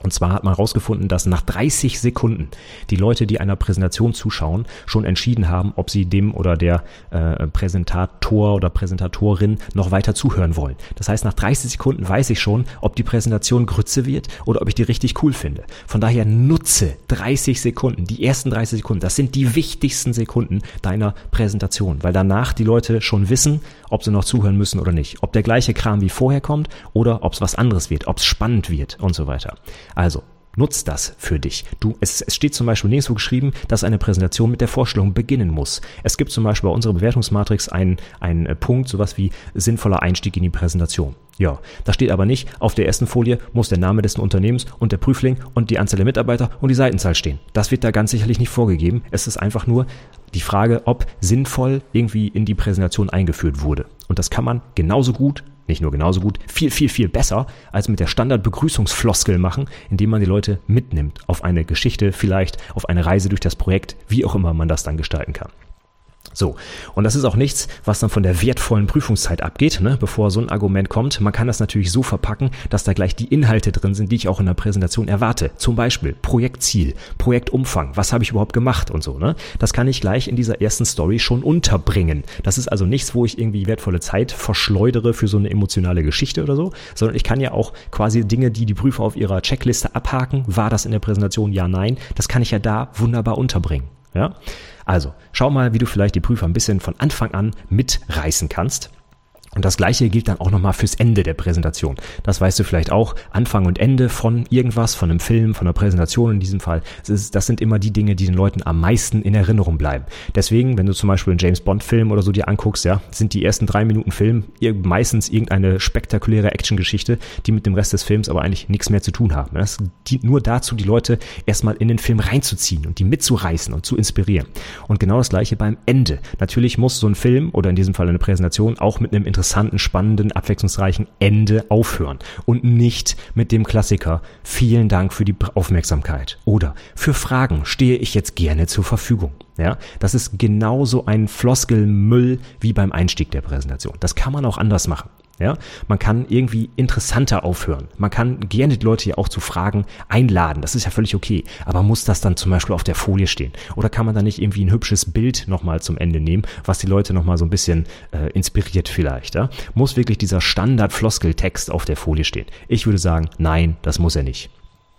Und zwar hat man herausgefunden, dass nach dreißig Sekunden die Leute, die einer Präsentation zuschauen, schon entschieden haben, ob sie dem oder der äh, Präsentator oder Präsentatorin noch weiter zuhören wollen. Das heißt, nach dreißig Sekunden weiß ich schon, ob die Präsentation Grütze wird oder ob ich die richtig cool finde. Von daher nutze dreißig Sekunden, die ersten dreißig Sekunden. Das sind die wichtigsten Sekunden deiner Präsentation, weil danach die Leute schon wissen, ob sie noch zuhören müssen oder nicht. Ob der gleiche Kram wie vorher kommt oder ob es was anderes wird, ob es spannend wird und so weiter. Also, nutz das für dich. Du, es, es steht zum Beispiel nirgendwo geschrieben, dass eine Präsentation mit der Vorstellung beginnen muss. Es gibt zum Beispiel bei unserer Bewertungsmatrix einen, einen Punkt, sowas wie sinnvoller Einstieg in die Präsentation. Ja, da steht aber nicht, auf der ersten Folie muss der Name des Unternehmens und der Prüfling und die Anzahl der Mitarbeiter und die Seitenzahl stehen. Das wird da ganz sicherlich nicht vorgegeben. Es ist einfach nur die Frage, ob sinnvoll irgendwie in die Präsentation eingeführt wurde. Und das kann man genauso gut, nicht nur genauso gut, viel, viel, viel besser als mit der Standard-Begrüßungsfloskel machen, indem man die Leute mitnimmt auf eine Geschichte, vielleicht auf eine Reise durch das Projekt, wie auch immer man das dann gestalten kann. So, und das ist auch nichts, was dann von der wertvollen Prüfungszeit abgeht, ne, bevor so ein Argument kommt. Man kann das natürlich so verpacken, dass da gleich die Inhalte drin sind, die ich auch in der Präsentation erwarte. Zum Beispiel Projektziel, Projektumfang, was habe ich überhaupt gemacht und so. Ne? Das kann ich gleich in dieser ersten Story schon unterbringen. Das ist also nichts, wo ich irgendwie wertvolle Zeit verschleudere für so eine emotionale Geschichte oder so, sondern ich kann ja auch quasi Dinge, die die Prüfer auf ihrer Checkliste abhaken, war das in der Präsentation, ja, nein, das kann ich ja da wunderbar unterbringen. Ja? Also, schau mal, wie du vielleicht die Prüfer ein bisschen von Anfang an mitreißen kannst. Und das Gleiche gilt dann auch nochmal fürs Ende der Präsentation. Das weißt du vielleicht auch, Anfang und Ende von irgendwas, von einem Film, von einer Präsentation in diesem Fall. Das, ist, das sind immer die Dinge, die den Leuten am meisten in Erinnerung bleiben. Deswegen, wenn du zum Beispiel einen James-Bond-Film oder so dir anguckst, ja, sind die ersten drei Minuten Film meistens irgendeine spektakuläre Actiongeschichte, die mit dem Rest des Films aber eigentlich nichts mehr zu tun haben. Das dient nur dazu, die Leute erstmal in den Film reinzuziehen und die mitzureißen und zu inspirieren. Und genau das Gleiche beim Ende. Natürlich muss so ein Film oder in diesem Fall eine Präsentation auch mit einem interessanten interessanten, spannenden, abwechslungsreichen Ende aufhören und nicht mit dem Klassiker vielen Dank für die Aufmerksamkeit oder für Fragen stehe ich jetzt gerne zur Verfügung. Ja, das ist genauso ein Floskelmüll wie beim Einstieg der Präsentation. Das kann man auch anders machen. Ja, man kann irgendwie interessanter aufhören. Man kann gerne die Leute ja auch zu Fragen einladen. Das ist ja völlig okay. Aber muss das dann zum Beispiel auf der Folie stehen? Oder kann man da nicht irgendwie ein hübsches Bild nochmal zum Ende nehmen, was die Leute nochmal so ein bisschen äh, inspiriert vielleicht? Ja? Muss wirklich dieser Standard-Floskel-Text auf der Folie stehen? Ich würde sagen, nein, das muss er nicht.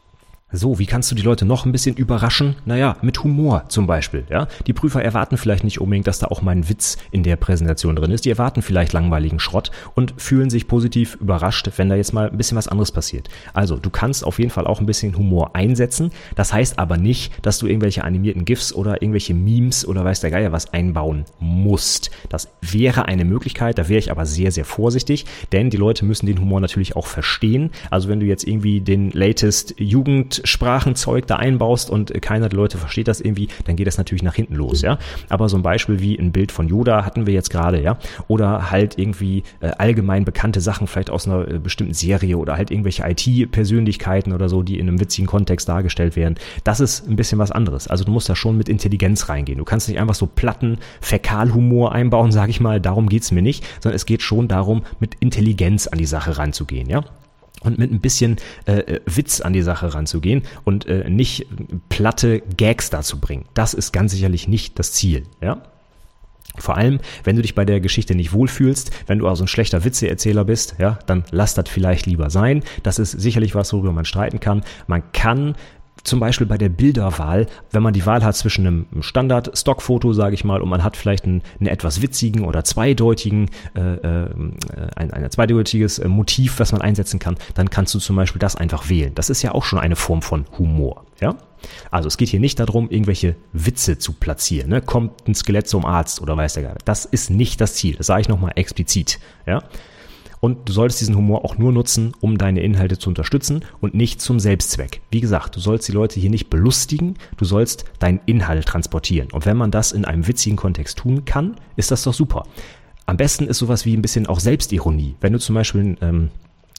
So, wie kannst du die Leute noch ein bisschen überraschen? Naja, mit Humor zum Beispiel. Ja, die Prüfer erwarten vielleicht nicht unbedingt, dass da auch mal ein Witz in der Präsentation drin ist. Die erwarten vielleicht langweiligen Schrott und fühlen sich positiv überrascht, wenn da jetzt mal ein bisschen was anderes passiert. Also, du kannst auf jeden Fall auch ein bisschen Humor einsetzen. Das heißt aber nicht, dass du irgendwelche animierten GIFs oder irgendwelche Memes oder weiß der Geier was einbauen musst. Das wäre eine Möglichkeit, da wäre ich aber sehr, sehr vorsichtig, denn die Leute müssen den Humor natürlich auch verstehen. Also, wenn du jetzt irgendwie den latest Jugend Sprachenzeug da einbaust und keiner der Leute versteht das irgendwie, dann geht das natürlich nach hinten los, ja. Aber so ein Beispiel wie ein Bild von Yoda hatten wir jetzt gerade, ja. Oder halt irgendwie äh, allgemein bekannte Sachen, vielleicht aus einer äh, bestimmten Serie oder halt irgendwelche I T-Persönlichkeiten oder so, die in einem witzigen Kontext dargestellt werden. Das ist ein bisschen was anderes. Also du musst da schon mit Intelligenz reingehen. Du kannst nicht einfach so platten Fäkalhumor einbauen, sag ich mal, darum geht's mir nicht, sondern es geht schon darum, mit Intelligenz an die Sache ranzugehen, ja. Und mit ein bisschen äh, Witz an die Sache ranzugehen und äh, nicht platte Gags dazu bringen. Das ist ganz sicherlich nicht das Ziel, ja. Vor allem, wenn du dich bei der Geschichte nicht wohlfühlst, wenn du also ein schlechter Witzeerzähler bist, ja, dann lass das vielleicht lieber sein. Das ist sicherlich was, worüber man streiten kann. Man kann zum Beispiel bei der Bilderwahl, wenn man die Wahl hat zwischen einem Standard-Stockfoto, sage ich mal, und man hat vielleicht einen, einen etwas witzigen oder zweideutigen, äh, äh, ein, ein zweideutiges Motiv, was man einsetzen kann, dann kannst du zum Beispiel das einfach wählen. Das ist ja auch schon eine Form von Humor, ja? Also es geht hier nicht darum, irgendwelche Witze zu platzieren, ne? Kommt ein Skelett zum Arzt oder weiß der Geier. Das ist nicht das Ziel, das sage ich nochmal explizit, ja? Und du solltest diesen Humor auch nur nutzen, um deine Inhalte zu unterstützen und nicht zum Selbstzweck. Wie gesagt, du sollst die Leute hier nicht belustigen, du sollst deinen Inhalt transportieren. Und wenn man das in einem witzigen Kontext tun kann, ist das doch super. Am besten ist sowas wie ein bisschen auch Selbstironie. Wenn du zum Beispiel ähm,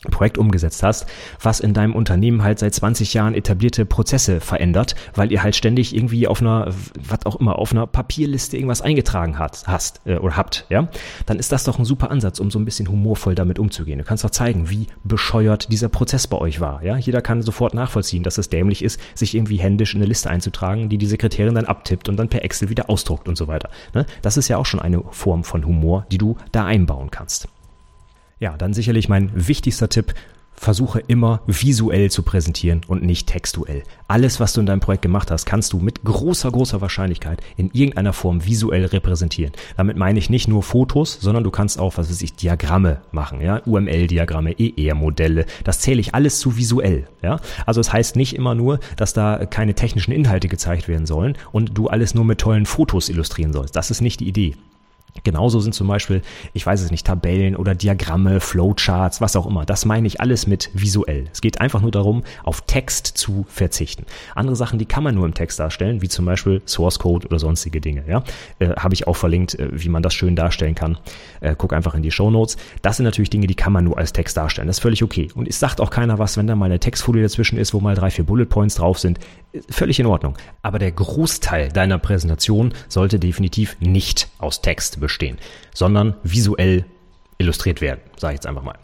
Projekt umgesetzt hast, was in deinem Unternehmen halt seit zwanzig Jahren etablierte Prozesse verändert, weil ihr halt ständig irgendwie auf einer, was auch immer, auf einer Papierliste irgendwas eingetragen hat, hast äh, oder habt, ja, dann ist das doch ein super Ansatz, um so ein bisschen humorvoll damit umzugehen. Du kannst doch zeigen, wie bescheuert dieser Prozess bei euch war, ja. Jeder kann sofort nachvollziehen, dass es dämlich ist, sich irgendwie händisch in eine Liste einzutragen, die die Sekretärin dann abtippt und dann per Excel wieder ausdruckt und so weiter. Ne? Das ist ja auch schon eine Form von Humor, die du da einbauen kannst. Ja, dann sicherlich mein wichtigster Tipp, versuche immer visuell zu präsentieren und nicht textuell. Alles, was du in deinem Projekt gemacht hast, kannst du mit großer, großer Wahrscheinlichkeit in irgendeiner Form visuell repräsentieren. Damit meine ich nicht nur Fotos, sondern du kannst auch, was weiß ich, Diagramme machen, ja, U M L-Diagramme, E E R-Modelle, das zähle ich alles zu visuell, ja. Also es heißt nicht immer nur, dass da keine technischen Inhalte gezeigt werden sollen und du alles nur mit tollen Fotos illustrieren sollst. Das ist nicht die Idee. Genauso sind zum Beispiel, ich weiß es nicht, Tabellen oder Diagramme, Flowcharts, was auch immer. Das meine ich alles mit visuell. Es geht einfach nur darum, auf Text zu verzichten. Andere Sachen, die kann man nur im Text darstellen, wie zum Beispiel Source Code oder sonstige Dinge. Ja, äh, habe ich auch verlinkt, äh, wie man das schön darstellen kann. Äh, guck einfach in die Shownotes. Das sind natürlich Dinge, die kann man nur als Text darstellen. Das ist völlig okay. Und es sagt auch keiner was, wenn da mal eine Textfolie dazwischen ist, wo mal drei, vier Bullet Points drauf sind. Völlig in Ordnung. Aber der Großteil deiner Präsentation sollte definitiv nicht aus Text bestehen, sondern visuell illustriert werden, sage ich jetzt einfach mal.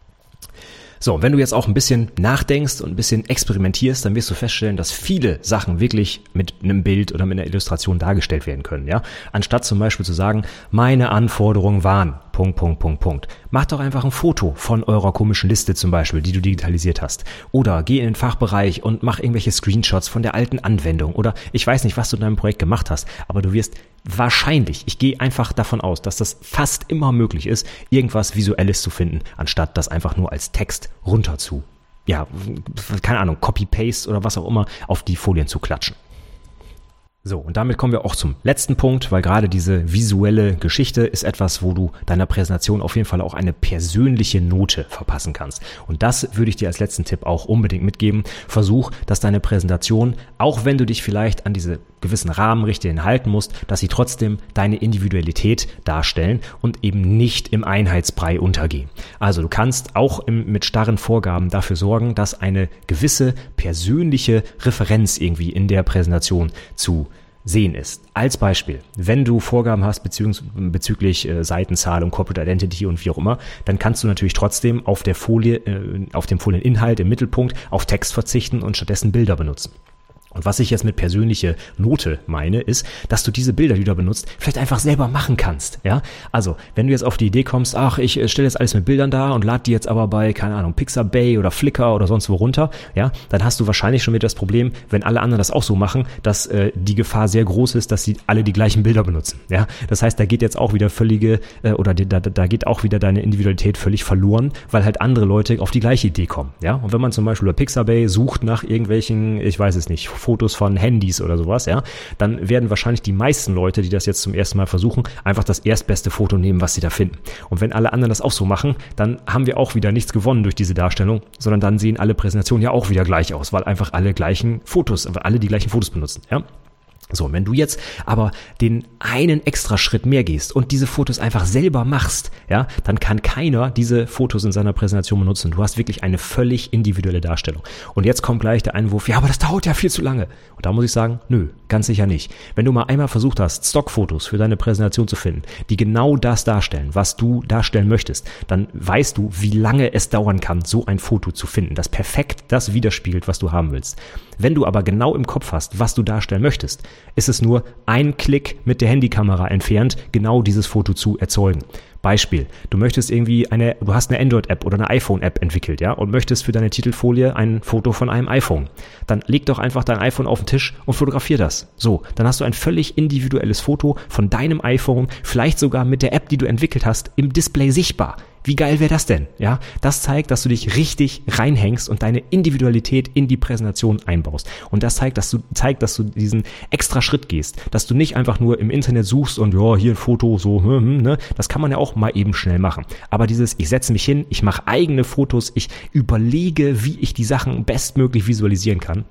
So, wenn du jetzt auch ein bisschen nachdenkst und ein bisschen experimentierst, dann wirst du feststellen, dass viele Sachen wirklich mit einem Bild oder mit einer Illustration dargestellt werden können, ja. Anstatt zum Beispiel zu sagen, meine Anforderungen waren, Punkt, Punkt, Punkt, Punkt. Mach doch einfach ein Foto von eurer komischen Liste zum Beispiel, die du digitalisiert hast. Oder geh in den Fachbereich und mach irgendwelche Screenshots von der alten Anwendung. Oder ich weiß nicht, was du in deinem Projekt gemacht hast, aber du wirst wahrscheinlich, ich gehe einfach davon aus, dass das fast immer möglich ist, irgendwas Visuelles zu finden, anstatt das einfach nur als Text runter zu, ja, keine Ahnung, Copy-Paste oder was auch immer auf die Folien zu klatschen. So, und damit kommen wir auch zum letzten Punkt, weil gerade diese visuelle Geschichte ist etwas, wo du deiner Präsentation auf jeden Fall auch eine persönliche Note verpassen kannst. Und das würde ich dir als letzten Tipp auch unbedingt mitgeben. Versuch, dass deine Präsentation, auch wenn du dich vielleicht an diese gewissen Rahmenrichtlinien halten musst, dass sie trotzdem deine Individualität darstellen und eben nicht im Einheitsbrei untergehen. Also du kannst auch im, mit starren Vorgaben dafür sorgen, dass eine gewisse persönliche Referenz irgendwie in der Präsentation zu sehen ist. Als Beispiel, wenn du Vorgaben hast bezüglich, bezüglich äh, Seitenzahl und Corporate Identity und wie auch immer, dann kannst du natürlich trotzdem auf der Folie, äh, auf dem Folieninhalt im Mittelpunkt auf Text verzichten und stattdessen Bilder benutzen. Und was ich jetzt mit persönliche Note meine, ist, dass du diese Bilder, die du benutzt, vielleicht einfach selber machen kannst, ja? Also, wenn du jetzt auf die Idee kommst, ach, ich stelle jetzt alles mit Bildern da und lade die jetzt aber bei, keine Ahnung, Pixabay oder Flickr oder sonst wo runter, ja? Dann hast du wahrscheinlich schon wieder das Problem, wenn alle anderen das auch so machen, dass äh, die Gefahr sehr groß ist, dass sie alle die gleichen Bilder benutzen, ja? Das heißt, da geht jetzt auch wieder völlige, äh, oder da, da geht auch wieder deine Individualität völlig verloren, weil halt andere Leute auf die gleiche Idee kommen, ja? Und wenn man zum Beispiel bei Pixabay sucht nach irgendwelchen, ich weiß es nicht, Fotos von Handys oder sowas, ja, dann werden wahrscheinlich die meisten Leute, die das jetzt zum ersten Mal versuchen, einfach das erstbeste Foto nehmen, was sie da finden. Und wenn alle anderen das auch so machen, dann haben wir auch wieder nichts gewonnen durch diese Darstellung, sondern dann sehen alle Präsentationen ja auch wieder gleich aus, weil einfach alle gleichen Fotos, weil alle die gleichen Fotos benutzen, ja. So, wenn du jetzt aber den einen extra Schritt mehr gehst und diese Fotos einfach selber machst, ja, dann kann keiner diese Fotos in seiner Präsentation benutzen. Du hast wirklich eine völlig individuelle Darstellung. Und jetzt kommt gleich der Einwurf, ja, aber das dauert ja viel zu lange. Und da muss ich sagen, nö, ganz sicher nicht. Wenn du mal einmal versucht hast, Stockfotos für deine Präsentation zu finden, die genau das darstellen, was du darstellen möchtest, dann weißt du, wie lange es dauern kann, so ein Foto zu finden, das perfekt das widerspiegelt, was du haben willst. Wenn du aber genau im Kopf hast, was du darstellen möchtest, ist es nur ein Klick mit der Handykamera entfernt, genau dieses Foto zu erzeugen. Beispiel, du möchtest irgendwie eine, du hast eine Android-App oder eine iPhone-App entwickelt, ja, und möchtest für deine Titelfolie ein Foto von einem iPhone. Dann leg doch einfach dein iPhone auf den Tisch und fotografier das. So, dann hast du ein völlig individuelles Foto von deinem iPhone, vielleicht sogar mit der App, die du entwickelt hast, im Display sichtbar. Wie geil wäre das denn? Ja, das zeigt, dass du dich richtig reinhängst und deine Individualität in die Präsentation einbaust. Und das zeigt, dass du zeigt, dass du diesen extra Schritt gehst, dass du nicht einfach nur im Internet suchst und ja, hier ein Foto, so, hm, hm, ne? Das kann man ja auch mal eben schnell machen. Aber dieses, ich setze mich hin, ich mache eigene Fotos, ich überlege, wie ich die Sachen bestmöglich visualisieren kann.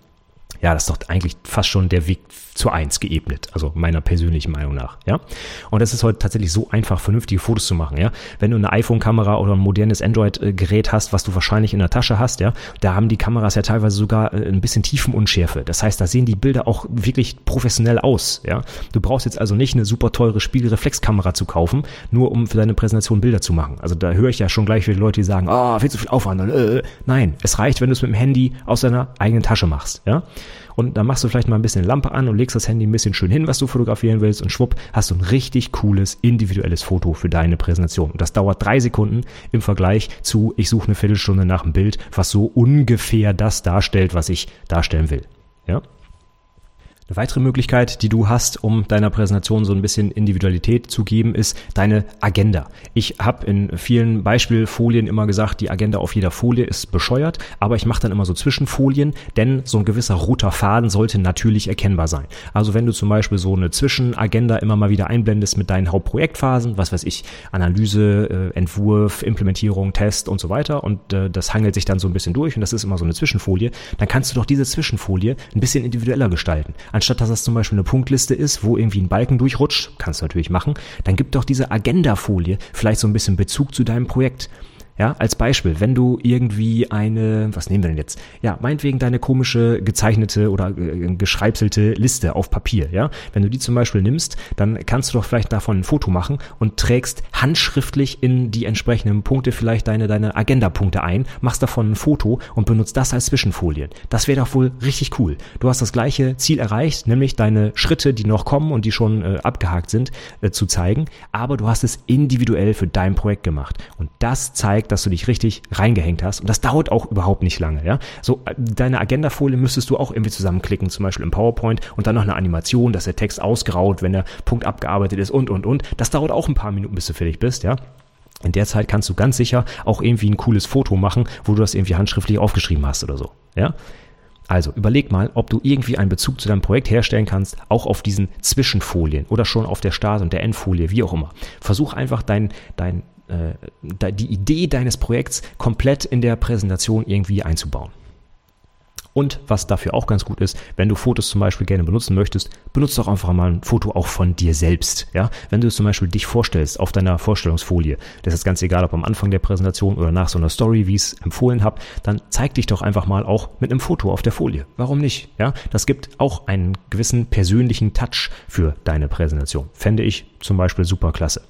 Ja, das ist doch eigentlich fast schon der Weg zur Eins geebnet, also meiner persönlichen Meinung nach, ja. Und es ist heute tatsächlich so einfach, vernünftige Fotos zu machen, ja. Wenn du eine iPhone-Kamera oder ein modernes Android-Gerät hast, was du wahrscheinlich in der Tasche hast, ja, da haben die Kameras ja teilweise sogar ein bisschen Tiefenunschärfe. Das heißt, da sehen die Bilder auch wirklich professionell aus, ja. Du brauchst jetzt also nicht eine super teure Spiegelreflexkamera zu kaufen, nur um für deine Präsentation Bilder zu machen. Also da höre ich ja schon gleich viele Leute, die sagen, ah, oh, viel zu viel Aufwand. Äh. Nein, es reicht, wenn du es mit dem Handy aus deiner eigenen Tasche machst, ja. Und dann machst du vielleicht mal ein bisschen Lampe an und legst das Handy ein bisschen schön hin, was du fotografieren willst, und schwupp, hast du ein richtig cooles, individuelles Foto für deine Präsentation. Und das dauert drei Sekunden im Vergleich zu, ich suche eine Viertelstunde nach einem Bild, was so ungefähr das darstellt, was ich darstellen will. Ja? Eine weitere Möglichkeit, die du hast, um deiner Präsentation so ein bisschen Individualität zu geben, ist deine Agenda. Ich habe in vielen Beispielfolien immer gesagt, die Agenda auf jeder Folie ist bescheuert, aber ich mache dann immer so Zwischenfolien, denn so ein gewisser roter Faden sollte natürlich erkennbar sein. Also wenn du zum Beispiel so eine Zwischenagenda immer mal wieder einblendest mit deinen Hauptprojektphasen, was weiß ich, Analyse, äh, Entwurf, Implementierung, Test und so weiter, und äh, das hangelt sich dann so ein bisschen durch und das ist immer so eine Zwischenfolie, dann kannst du doch diese Zwischenfolie ein bisschen individueller gestalten. Anstatt dass das zum Beispiel eine Punktliste ist, wo irgendwie ein Balken durchrutscht, kannst du natürlich machen, dann gib doch diese Agenda-Folie vielleicht so ein bisschen Bezug zu deinem Projekt. Ja, als Beispiel, wenn du irgendwie eine, was nehmen wir denn jetzt? Ja, meinetwegen deine komische gezeichnete oder äh, geschreibselte Liste auf Papier, ja. Wenn du die zum Beispiel nimmst, dann kannst du doch vielleicht davon ein Foto machen und trägst handschriftlich in die entsprechenden Punkte vielleicht deine, deine Agenda-Punkte ein, machst davon ein Foto und benutzt das als Zwischenfolien. Das wäre doch wohl richtig cool. Du hast das gleiche Ziel erreicht, nämlich deine Schritte, die noch kommen und die schon äh, abgehakt sind, äh, zu zeigen, aber du hast es individuell für dein Projekt gemacht. Und das zeigt, dass du dich richtig reingehängt hast. Und das dauert auch überhaupt nicht lange, ja. So, deine Agenda-Folie müsstest du auch irgendwie zusammenklicken, zum Beispiel im PowerPoint, und dann noch eine Animation, dass der Text ausgraut, wenn der Punkt abgearbeitet ist und, und, und. Das dauert auch ein paar Minuten, bis du fertig bist, ja. In der Zeit kannst du ganz sicher auch irgendwie ein cooles Foto machen, wo du das irgendwie handschriftlich aufgeschrieben hast oder so, ja. Also überleg mal, ob du irgendwie einen Bezug zu deinem Projekt herstellen kannst, auch auf diesen Zwischenfolien oder schon auf der Start- und der Endfolie, wie auch immer. Versuch einfach dein, dein die Idee deines Projekts komplett in der Präsentation irgendwie einzubauen. Und was dafür auch ganz gut ist, wenn du Fotos zum Beispiel gerne benutzen möchtest, benutze doch einfach mal ein Foto auch von dir selbst. Ja? Wenn du zum Beispiel dich vorstellst auf deiner Vorstellungsfolie, das ist ganz egal, ob am Anfang der Präsentation oder nach so einer Story, wie ich es empfohlen habe, dann zeig dich doch einfach mal auch mit einem Foto auf der Folie. Warum nicht? Ja? Das gibt auch einen gewissen persönlichen Touch für deine Präsentation. Fände ich zum Beispiel super klasse.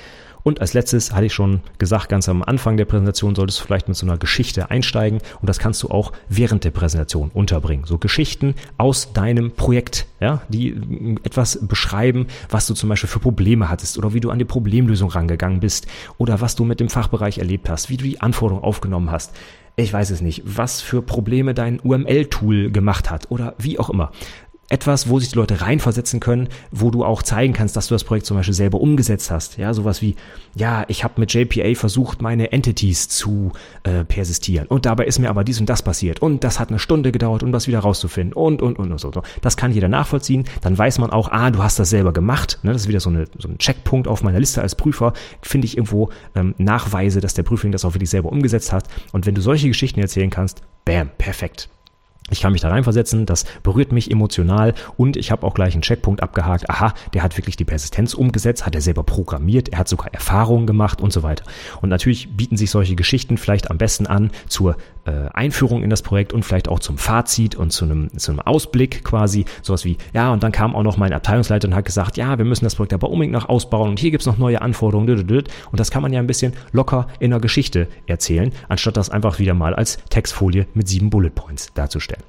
Und als letztes hatte ich schon gesagt, ganz am Anfang der Präsentation solltest du vielleicht mit so einer Geschichte einsteigen, und das kannst du auch während der Präsentation unterbringen. So Geschichten aus deinem Projekt, ja, die etwas beschreiben, was du zum Beispiel für Probleme hattest oder wie du an die Problemlösung rangegangen bist oder was du mit dem Fachbereich erlebt hast, wie du die Anforderungen aufgenommen hast. Ich weiß es nicht, was für Probleme dein U M L-Tool gemacht hat oder wie auch immer. Etwas, wo sich die Leute reinversetzen können, wo du auch zeigen kannst, dass du das Projekt zum Beispiel selber umgesetzt hast. Ja, sowas wie, ja, ich habe mit J P A versucht, meine Entities zu äh, persistieren, und dabei ist mir aber dies und das passiert und das hat eine Stunde gedauert, um das wieder rauszufinden und, und, und, und so. Das kann jeder nachvollziehen. Dann weiß man auch, ah, du hast das selber gemacht. Ne? Das ist wieder so, eine, so ein Checkpunkt auf meiner Liste als Prüfer. Finde ich irgendwo ähm, Nachweise, dass der Prüfling das auch wirklich selber umgesetzt hat. Und wenn du solche Geschichten erzählen kannst, bam, perfekt. Ich kann mich da reinversetzen, das berührt mich emotional, und ich habe auch gleich einen Checkpunkt abgehakt. Aha, der hat wirklich die Persistenz umgesetzt, hat er selber programmiert, er hat sogar Erfahrungen gemacht und so weiter. Und natürlich bieten sich solche Geschichten vielleicht am besten an zur äh, Einführung in das Projekt und vielleicht auch zum Fazit und zu einem, zu einem Ausblick quasi. Sowas wie, ja, und dann kam auch noch mein Abteilungsleiter und hat gesagt, ja, wir müssen das Projekt aber unbedingt noch ausbauen und hier gibt's noch neue Anforderungen. Und das kann man ja ein bisschen locker in einer Geschichte erzählen, anstatt das einfach wieder mal als Textfolie mit sieben Bullet Points darzustellen.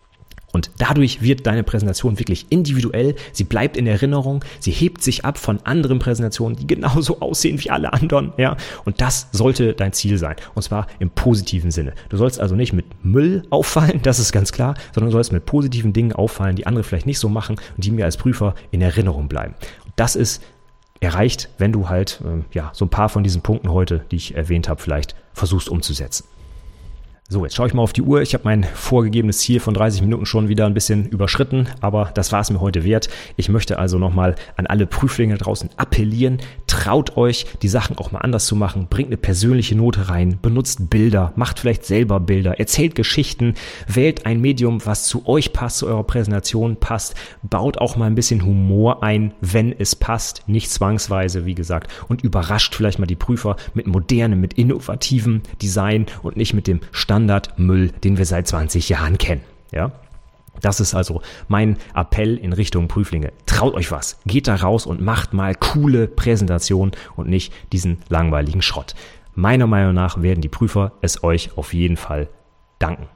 Und dadurch wird deine Präsentation wirklich individuell, sie bleibt in Erinnerung, sie hebt sich ab von anderen Präsentationen, die genauso aussehen wie alle anderen, ja. Und das sollte dein Ziel sein, und zwar im positiven Sinne. Du sollst also nicht mit Müll auffallen, das ist ganz klar, sondern du sollst mit positiven Dingen auffallen, die andere vielleicht nicht so machen und die mir als Prüfer in Erinnerung bleiben. Und das ist erreicht, wenn du halt, äh, ja, so ein paar von diesen Punkten heute, die ich erwähnt habe, vielleicht versuchst umzusetzen. So, jetzt schaue ich mal auf die Uhr. Ich habe mein vorgegebenes Ziel von dreißig Minuten schon wieder ein bisschen überschritten, aber das war es mir heute wert. Ich möchte also nochmal an alle Prüflinge draußen appellieren. Traut euch, die Sachen auch mal anders zu machen. Bringt eine persönliche Note rein, benutzt Bilder, macht vielleicht selber Bilder, erzählt Geschichten, wählt ein Medium, was zu euch passt, zu eurer Präsentation passt. Baut auch mal ein bisschen Humor ein, wenn es passt, nicht zwangsweise, wie gesagt. Und überrascht vielleicht mal die Prüfer mit modernem, mit innovativem Design und nicht mit dem Standard Standardmüll, den wir seit zwanzig Jahren kennen. Ja? Das ist also mein Appell in Richtung Prüflinge. Traut euch was. Geht da raus und macht mal coole Präsentationen und nicht diesen langweiligen Schrott. Meiner Meinung nach werden die Prüfer es euch auf jeden Fall danken.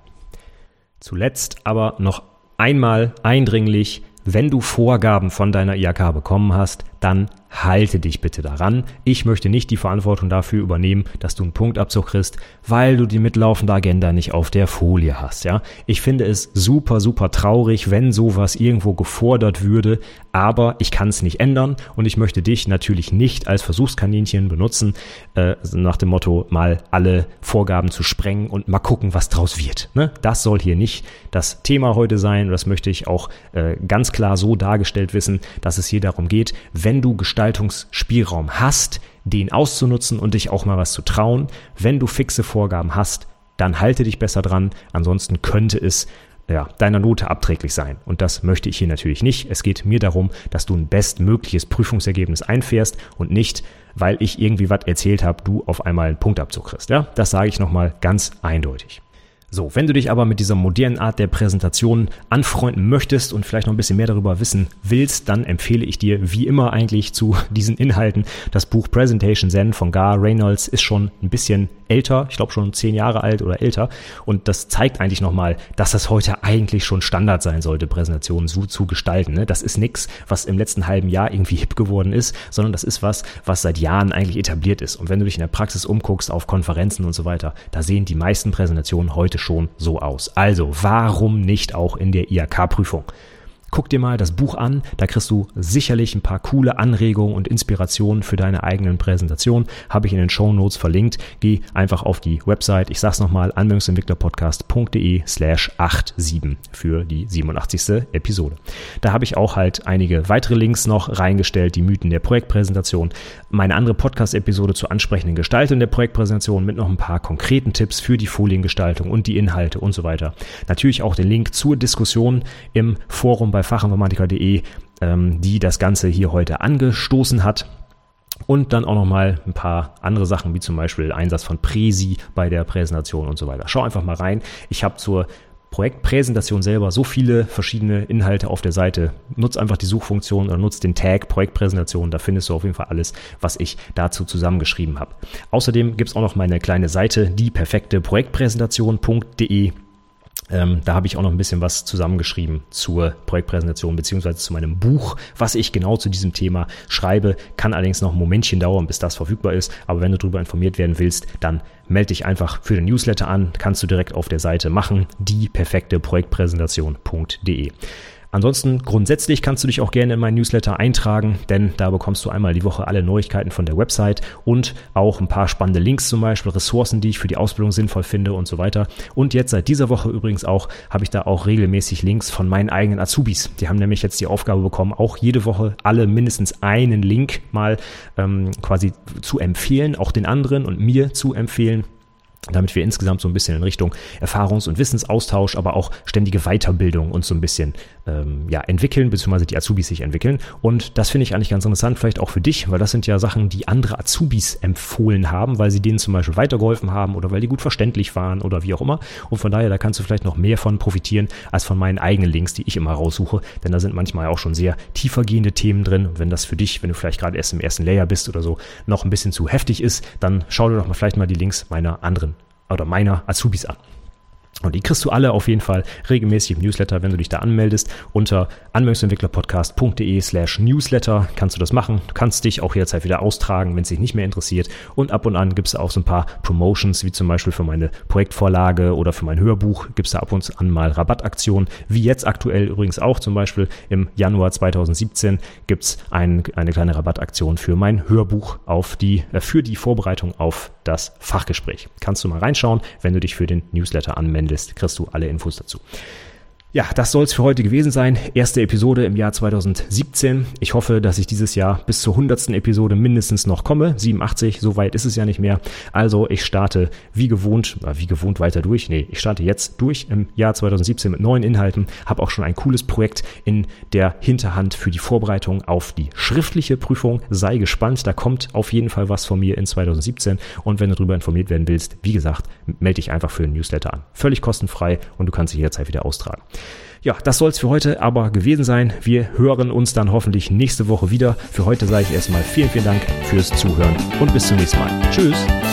Zuletzt aber noch einmal eindringlich, wenn du Vorgaben von deiner I H K bekommen hast, dann halte dich bitte daran. Ich möchte nicht die Verantwortung dafür übernehmen, dass du einen Punktabzug kriegst, weil du die mitlaufende Agenda nicht auf der Folie hast. Ja, ich finde es super, super traurig, wenn sowas irgendwo gefordert würde, aber ich kann es nicht ändern und ich möchte dich natürlich nicht als Versuchskaninchen benutzen, äh, nach dem Motto, mal alle Vorgaben zu sprengen und mal gucken, was draus wird. Ne? Das soll hier nicht das Thema heute sein und das möchte ich auch äh, ganz klar so dargestellt wissen, dass es hier darum geht, wenn du Gestaltungsspielraum hast, den auszunutzen und dich auch mal was zu trauen. Wenn du fixe Vorgaben hast, dann halte dich besser dran. Ansonsten könnte es ja, deiner Note abträglich sein. Und das möchte ich hier natürlich nicht. Es geht mir darum, dass du ein bestmögliches Prüfungsergebnis einfährst und nicht, weil ich irgendwie was erzählt habe, du auf einmal einen Punktabzug kriegst. Ja? Das sage ich nochmal ganz eindeutig. So, wenn du dich aber mit dieser modernen Art der Präsentation anfreunden möchtest und vielleicht noch ein bisschen mehr darüber wissen willst, dann empfehle ich dir wie immer eigentlich zu diesen Inhalten das Buch Presentation Zen von Gar Reynolds. Ist schon ein bisschen älter, ich glaube schon zehn Jahre alt oder älter, und das zeigt eigentlich nochmal, dass das heute eigentlich schon Standard sein sollte, Präsentationen so zu gestalten. Ne? Das ist nichts, was im letzten halben Jahr irgendwie hip geworden ist, sondern das ist was, was seit Jahren eigentlich etabliert ist. Und wenn du dich in der Praxis umguckst, auf Konferenzen und so weiter, da sehen die meisten Präsentationen heute schon so aus. Also, warum nicht auch in der I H K-Prüfung? Guck dir mal das Buch an, da kriegst du sicherlich ein paar coole Anregungen und Inspirationen für deine eigenen Präsentationen. Habe ich in den Shownotes verlinkt. Geh einfach auf die Website, ich sag's nochmal, anwendungsentwicklerpodcast.de slash siebenundachtzig für die siebenundachtzigste Episode. Da habe ich auch halt einige weitere Links noch reingestellt, die Mythen der Projektpräsentation, meine andere Podcast-Episode zur ansprechenden Gestaltung der Projektpräsentation mit noch ein paar konkreten Tipps für die Foliengestaltung und die Inhalte und so weiter. Natürlich auch den Link zur Diskussion im Forum bei fachinformatiker punkt de, ähm, die das Ganze hier heute angestoßen hat. Und dann auch nochmal ein paar andere Sachen, wie zum Beispiel Einsatz von Präsi bei der Präsentation und so weiter. Schau einfach mal rein. Ich habe zur Projektpräsentation selber so viele verschiedene Inhalte auf der Seite. Nutz einfach die Suchfunktion oder nutz den Tag Projektpräsentation. Da findest du auf jeden Fall alles, was ich dazu zusammengeschrieben habe. Außerdem gibt es auch noch meine kleine Seite, die perfekte Projektpräsentation punkt de. Ähm, da habe ich auch noch ein bisschen was zusammengeschrieben zur Projektpräsentation beziehungsweise zu meinem Buch, was ich genau zu diesem Thema schreibe. Kann allerdings noch ein Momentchen dauern, bis das verfügbar ist. Aber wenn du darüber informiert werden willst, dann melde dich einfach für den Newsletter an. Kannst du direkt auf der Seite machen, die perfekte Projektpräsentation punkt de. Ansonsten grundsätzlich kannst du dich auch gerne in meinen Newsletter eintragen, denn da bekommst du einmal die Woche alle Neuigkeiten von der Website und auch ein paar spannende Links, zum Beispiel Ressourcen, die ich für die Ausbildung sinnvoll finde und so weiter. Und jetzt seit dieser Woche übrigens auch, habe ich da auch regelmäßig Links von meinen eigenen Azubis. Die haben nämlich jetzt die Aufgabe bekommen, auch jede Woche alle mindestens einen Link mal ähm, quasi zu empfehlen, auch den anderen und mir zu empfehlen, damit wir insgesamt so ein bisschen in Richtung Erfahrungs- und Wissensaustausch, aber auch ständige Weiterbildung uns so ein bisschen ähm, ja, entwickeln, beziehungsweise die Azubis sich entwickeln. Und das finde ich eigentlich ganz interessant, vielleicht auch für dich, weil das sind ja Sachen, die andere Azubis empfohlen haben, weil sie denen zum Beispiel weitergeholfen haben oder weil die gut verständlich waren oder wie auch immer. Und von daher, da kannst du vielleicht noch mehr von profitieren, als von meinen eigenen Links, die ich immer raussuche, denn da sind manchmal auch schon sehr tiefergehende Themen drin. Und wenn das für dich, wenn du vielleicht gerade erst im ersten Layer bist oder so, noch ein bisschen zu heftig ist, dann schau dir doch mal vielleicht mal die Links meiner anderen oder meiner Azubis an. Und die kriegst du alle auf jeden Fall regelmäßig im Newsletter, wenn du dich da anmeldest. Unter anwendungsentwicklerpodcast.de slash Newsletter kannst du das machen. Du kannst dich auch jederzeit wieder austragen, wenn es dich nicht mehr interessiert. Und ab und an gibt es auch so ein paar Promotions, wie zum Beispiel für meine Projektvorlage oder für mein Hörbuch gibt es da ab und an mal Rabattaktionen. Wie jetzt aktuell übrigens auch, zum Beispiel im Januar zweitausendsiebzehn gibt es ein, eine kleine Rabattaktion für mein Hörbuch auf die, für die Vorbereitung auf das Fachgespräch. Kannst du mal reinschauen, wenn du dich für den Newsletter anmeldest, kriegst du alle Infos dazu. Ja, das soll es für heute gewesen sein. Erste Episode im Jahr zweitausendsiebzehn. Ich hoffe, dass ich dieses Jahr bis zur hundertsten Episode mindestens noch komme. siebenundachtzig, so weit ist es ja nicht mehr. Also ich starte wie gewohnt, wie gewohnt weiter durch. Nee, ich starte jetzt durch im Jahr zweitausendsiebzehn mit neuen Inhalten. Habe auch schon ein cooles Projekt in der Hinterhand für die Vorbereitung auf die schriftliche Prüfung. Sei gespannt, da kommt auf jeden Fall was von mir in zweitausendsiebzehn. Und wenn du darüber informiert werden willst, wie gesagt, melde dich einfach für den Newsletter an. Völlig kostenfrei und du kannst dich jederzeit wieder austragen. Ja, das soll es für heute aber gewesen sein. Wir hören uns dann hoffentlich nächste Woche wieder. Für heute sage ich erstmal vielen, vielen Dank fürs Zuhören und bis zum nächsten Mal. Tschüss!